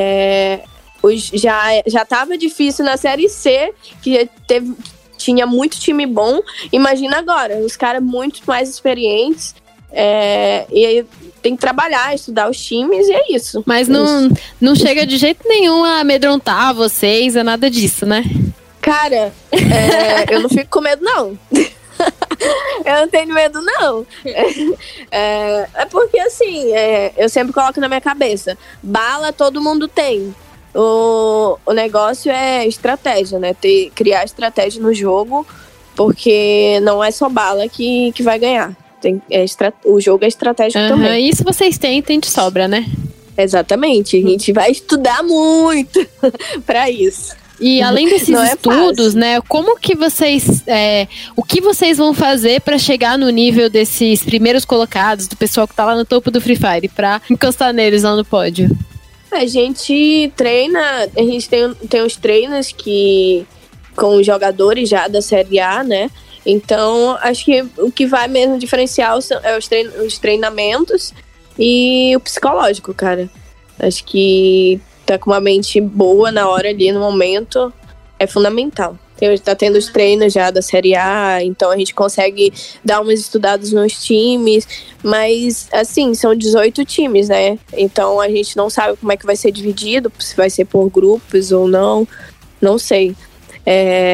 já tava difícil na Série C, que tinha muito time bom. Imagina agora, os caras muito mais experientes. E aí tem que trabalhar, estudar os times e é isso. Mas não chega de jeito nenhum a amedrontar vocês, é nada disso, né? Cara, eu não fico com medo, não. Eu não tenho medo, não. É porque, assim, eu sempre coloco na minha cabeça, bala todo mundo tem. O negócio é estratégia, né? Criar estratégia no jogo, porque não é só bala que vai ganhar. O jogo é estratégico também. Isso vocês têm de sobra, né? Exatamente. A gente vai estudar muito pra isso. E além desses estudos, né? Como que vocês... o que vocês vão fazer pra chegar no nível desses primeiros colocados, do pessoal que tá lá no topo do Free Fire, pra encostar neles lá no pódio? A gente treina, a gente tem os treinos com os jogadores já da Série A, né? Então, acho que o que vai mesmo diferenciar os treinamentos e o psicológico, cara. Acho que tá com uma mente boa na hora ali, no momento, é fundamental. Tá tendo os treinos já da Série A, então a gente consegue dar umas estudadas nos times, mas, assim, são 18 times, né? Então a gente não sabe como é que vai ser dividido, se vai ser por grupos ou não sei.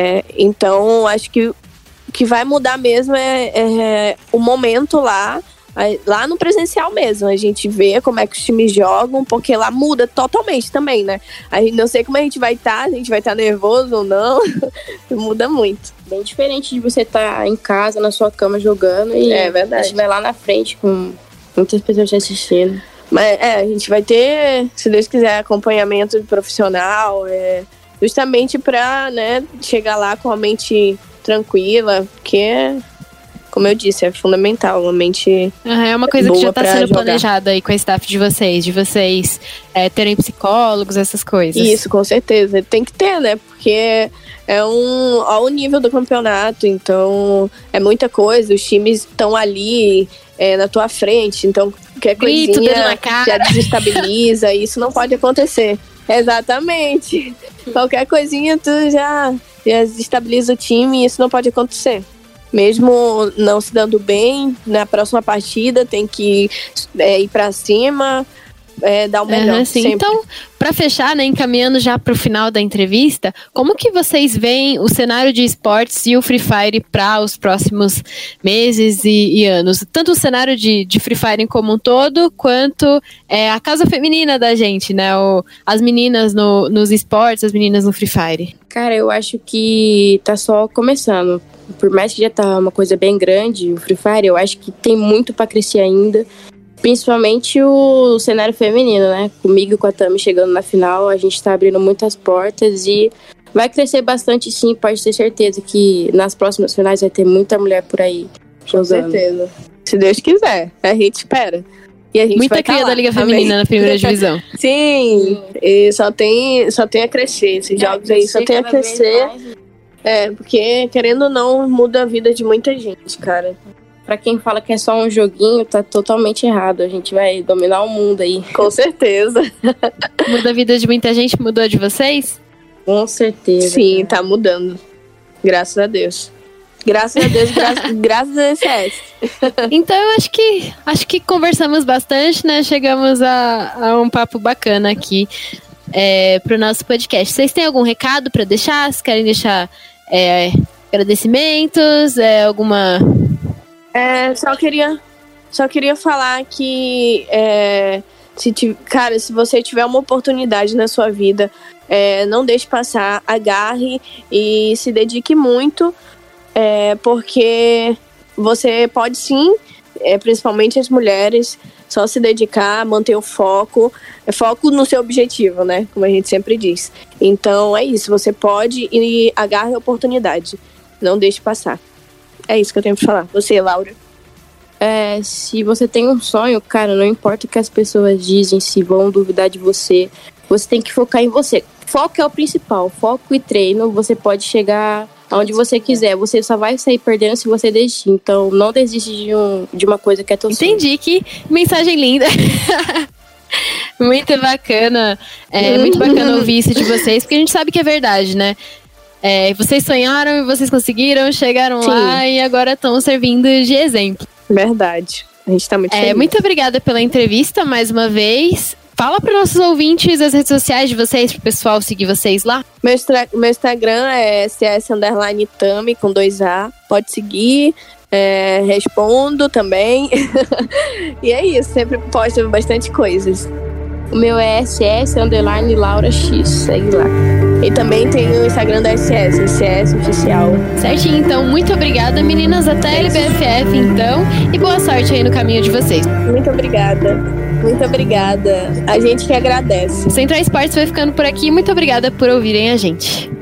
Então, acho que o que vai mudar mesmo é o momento lá, lá no presencial mesmo, a gente vê como é que os times jogam, porque lá muda totalmente também, né? A gente não sei como a gente vai estar, a gente vai estar nervoso ou não, muda muito. Bem diferente de você estar em casa, na sua cama, jogando e É verdade. a gente vai lá na frente com muitas pessoas te assistindo. Mas a gente vai ter, se Deus quiser, acompanhamento profissional, justamente pra, né, chegar lá com a mente tranquila, porque, como eu disse, é fundamental, uma mente É uma coisa que boa já tá pra sendo jogar. planejada aí com o staff de vocês terem psicólogos, essas coisas. Isso, com certeza. Tem que ter, né? Porque olha o nível do campeonato, então é muita coisa, os times estão ali na tua frente, então qualquer Grito, dedo na coisinha cara. já desestabiliza, isso não pode acontecer. Exatamente. Qualquer coisinha tu já desestabiliza o time e isso não pode acontecer. Mesmo não se dando bem, na próxima partida tem que ir pra cima, dar o melhor. Sim. sempre. Então, para fechar, né, encaminhando já para o final da entrevista, como que vocês veem o cenário de esportes e o Free Fire para os próximos meses e anos? Tanto o cenário de Free Fire como um todo, quanto a casa feminina da gente, né? As meninas nos esportes, as meninas no Free Fire. Cara, eu acho que tá só começando. Por mais que já tá uma coisa bem grande, o Free Fire, eu acho que tem muito pra crescer ainda. Principalmente o cenário feminino, né? Comigo e com a Tami chegando na final, a gente tá abrindo muitas portas e vai crescer bastante sim, pode ter certeza que nas próximas finais vai ter muita mulher por aí Com jogando. certeza. Se Deus quiser, a gente espera. E a gente Muita vai tá cria lá. da Liga Amém. Feminina na primeira divisão. Sim, e só tem a crescer. Esses jogos aí só tem a crescer. Porque querendo ou não, muda a vida de muita gente, cara. Pra quem fala que é só um joguinho, tá totalmente errado. A gente vai dominar o mundo aí. Com certeza. Muda a vida de muita gente, mudou a de vocês? Com certeza. Sim, tá mudando. Graças a Deus. Graças a Deus, graças a SS. Então eu acho que conversamos bastante, né? Chegamos a um papo bacana aqui pro nosso podcast. Vocês têm algum recado pra deixar? Vocês querem deixar agradecimentos? Alguma... Só queria falar que se você tiver uma oportunidade na sua vida, não deixe passar, agarre e se dedique muito, porque você pode sim, principalmente as mulheres, só se dedicar, manter o foco no seu objetivo, né? Como a gente sempre diz. Então é isso, você pode e agarre a oportunidade, não deixe passar. É isso que eu tenho pra falar. Você, Laura? Se você tem um sonho, cara, não importa o que as pessoas dizem, se vão duvidar de você, você tem que focar em você. Foco é o principal, foco e treino, você pode chegar aonde você quiser, você só vai sair perdendo se você desistir, então não desiste de uma coisa que é teu sonho. Entendi, que mensagem linda. Muito bacana, muito bacana ouvir isso de vocês, porque a gente sabe que é verdade, né? Vocês sonharam e vocês conseguiram, chegaram Sim. lá e agora estão servindo de exemplo. Verdade. A gente tá muito feliz. Muito obrigada pela entrevista mais uma vez. Fala para nossos ouvintes as redes sociais de vocês, pro pessoal seguir vocês lá. Meu Instagram é ss_tami com 2A. Pode seguir, respondo também. E é isso, sempre posto bastante coisas. O meu é ss_LauraX, segue lá. E também tem o Instagram da SS Oficial. Certinho, então, muito obrigada, meninas. Até LBFF, então. E boa sorte aí no caminho de vocês. Muito obrigada. Muito obrigada. A gente que agradece. Central Esportes vai ficando por aqui. Muito obrigada por ouvirem a gente.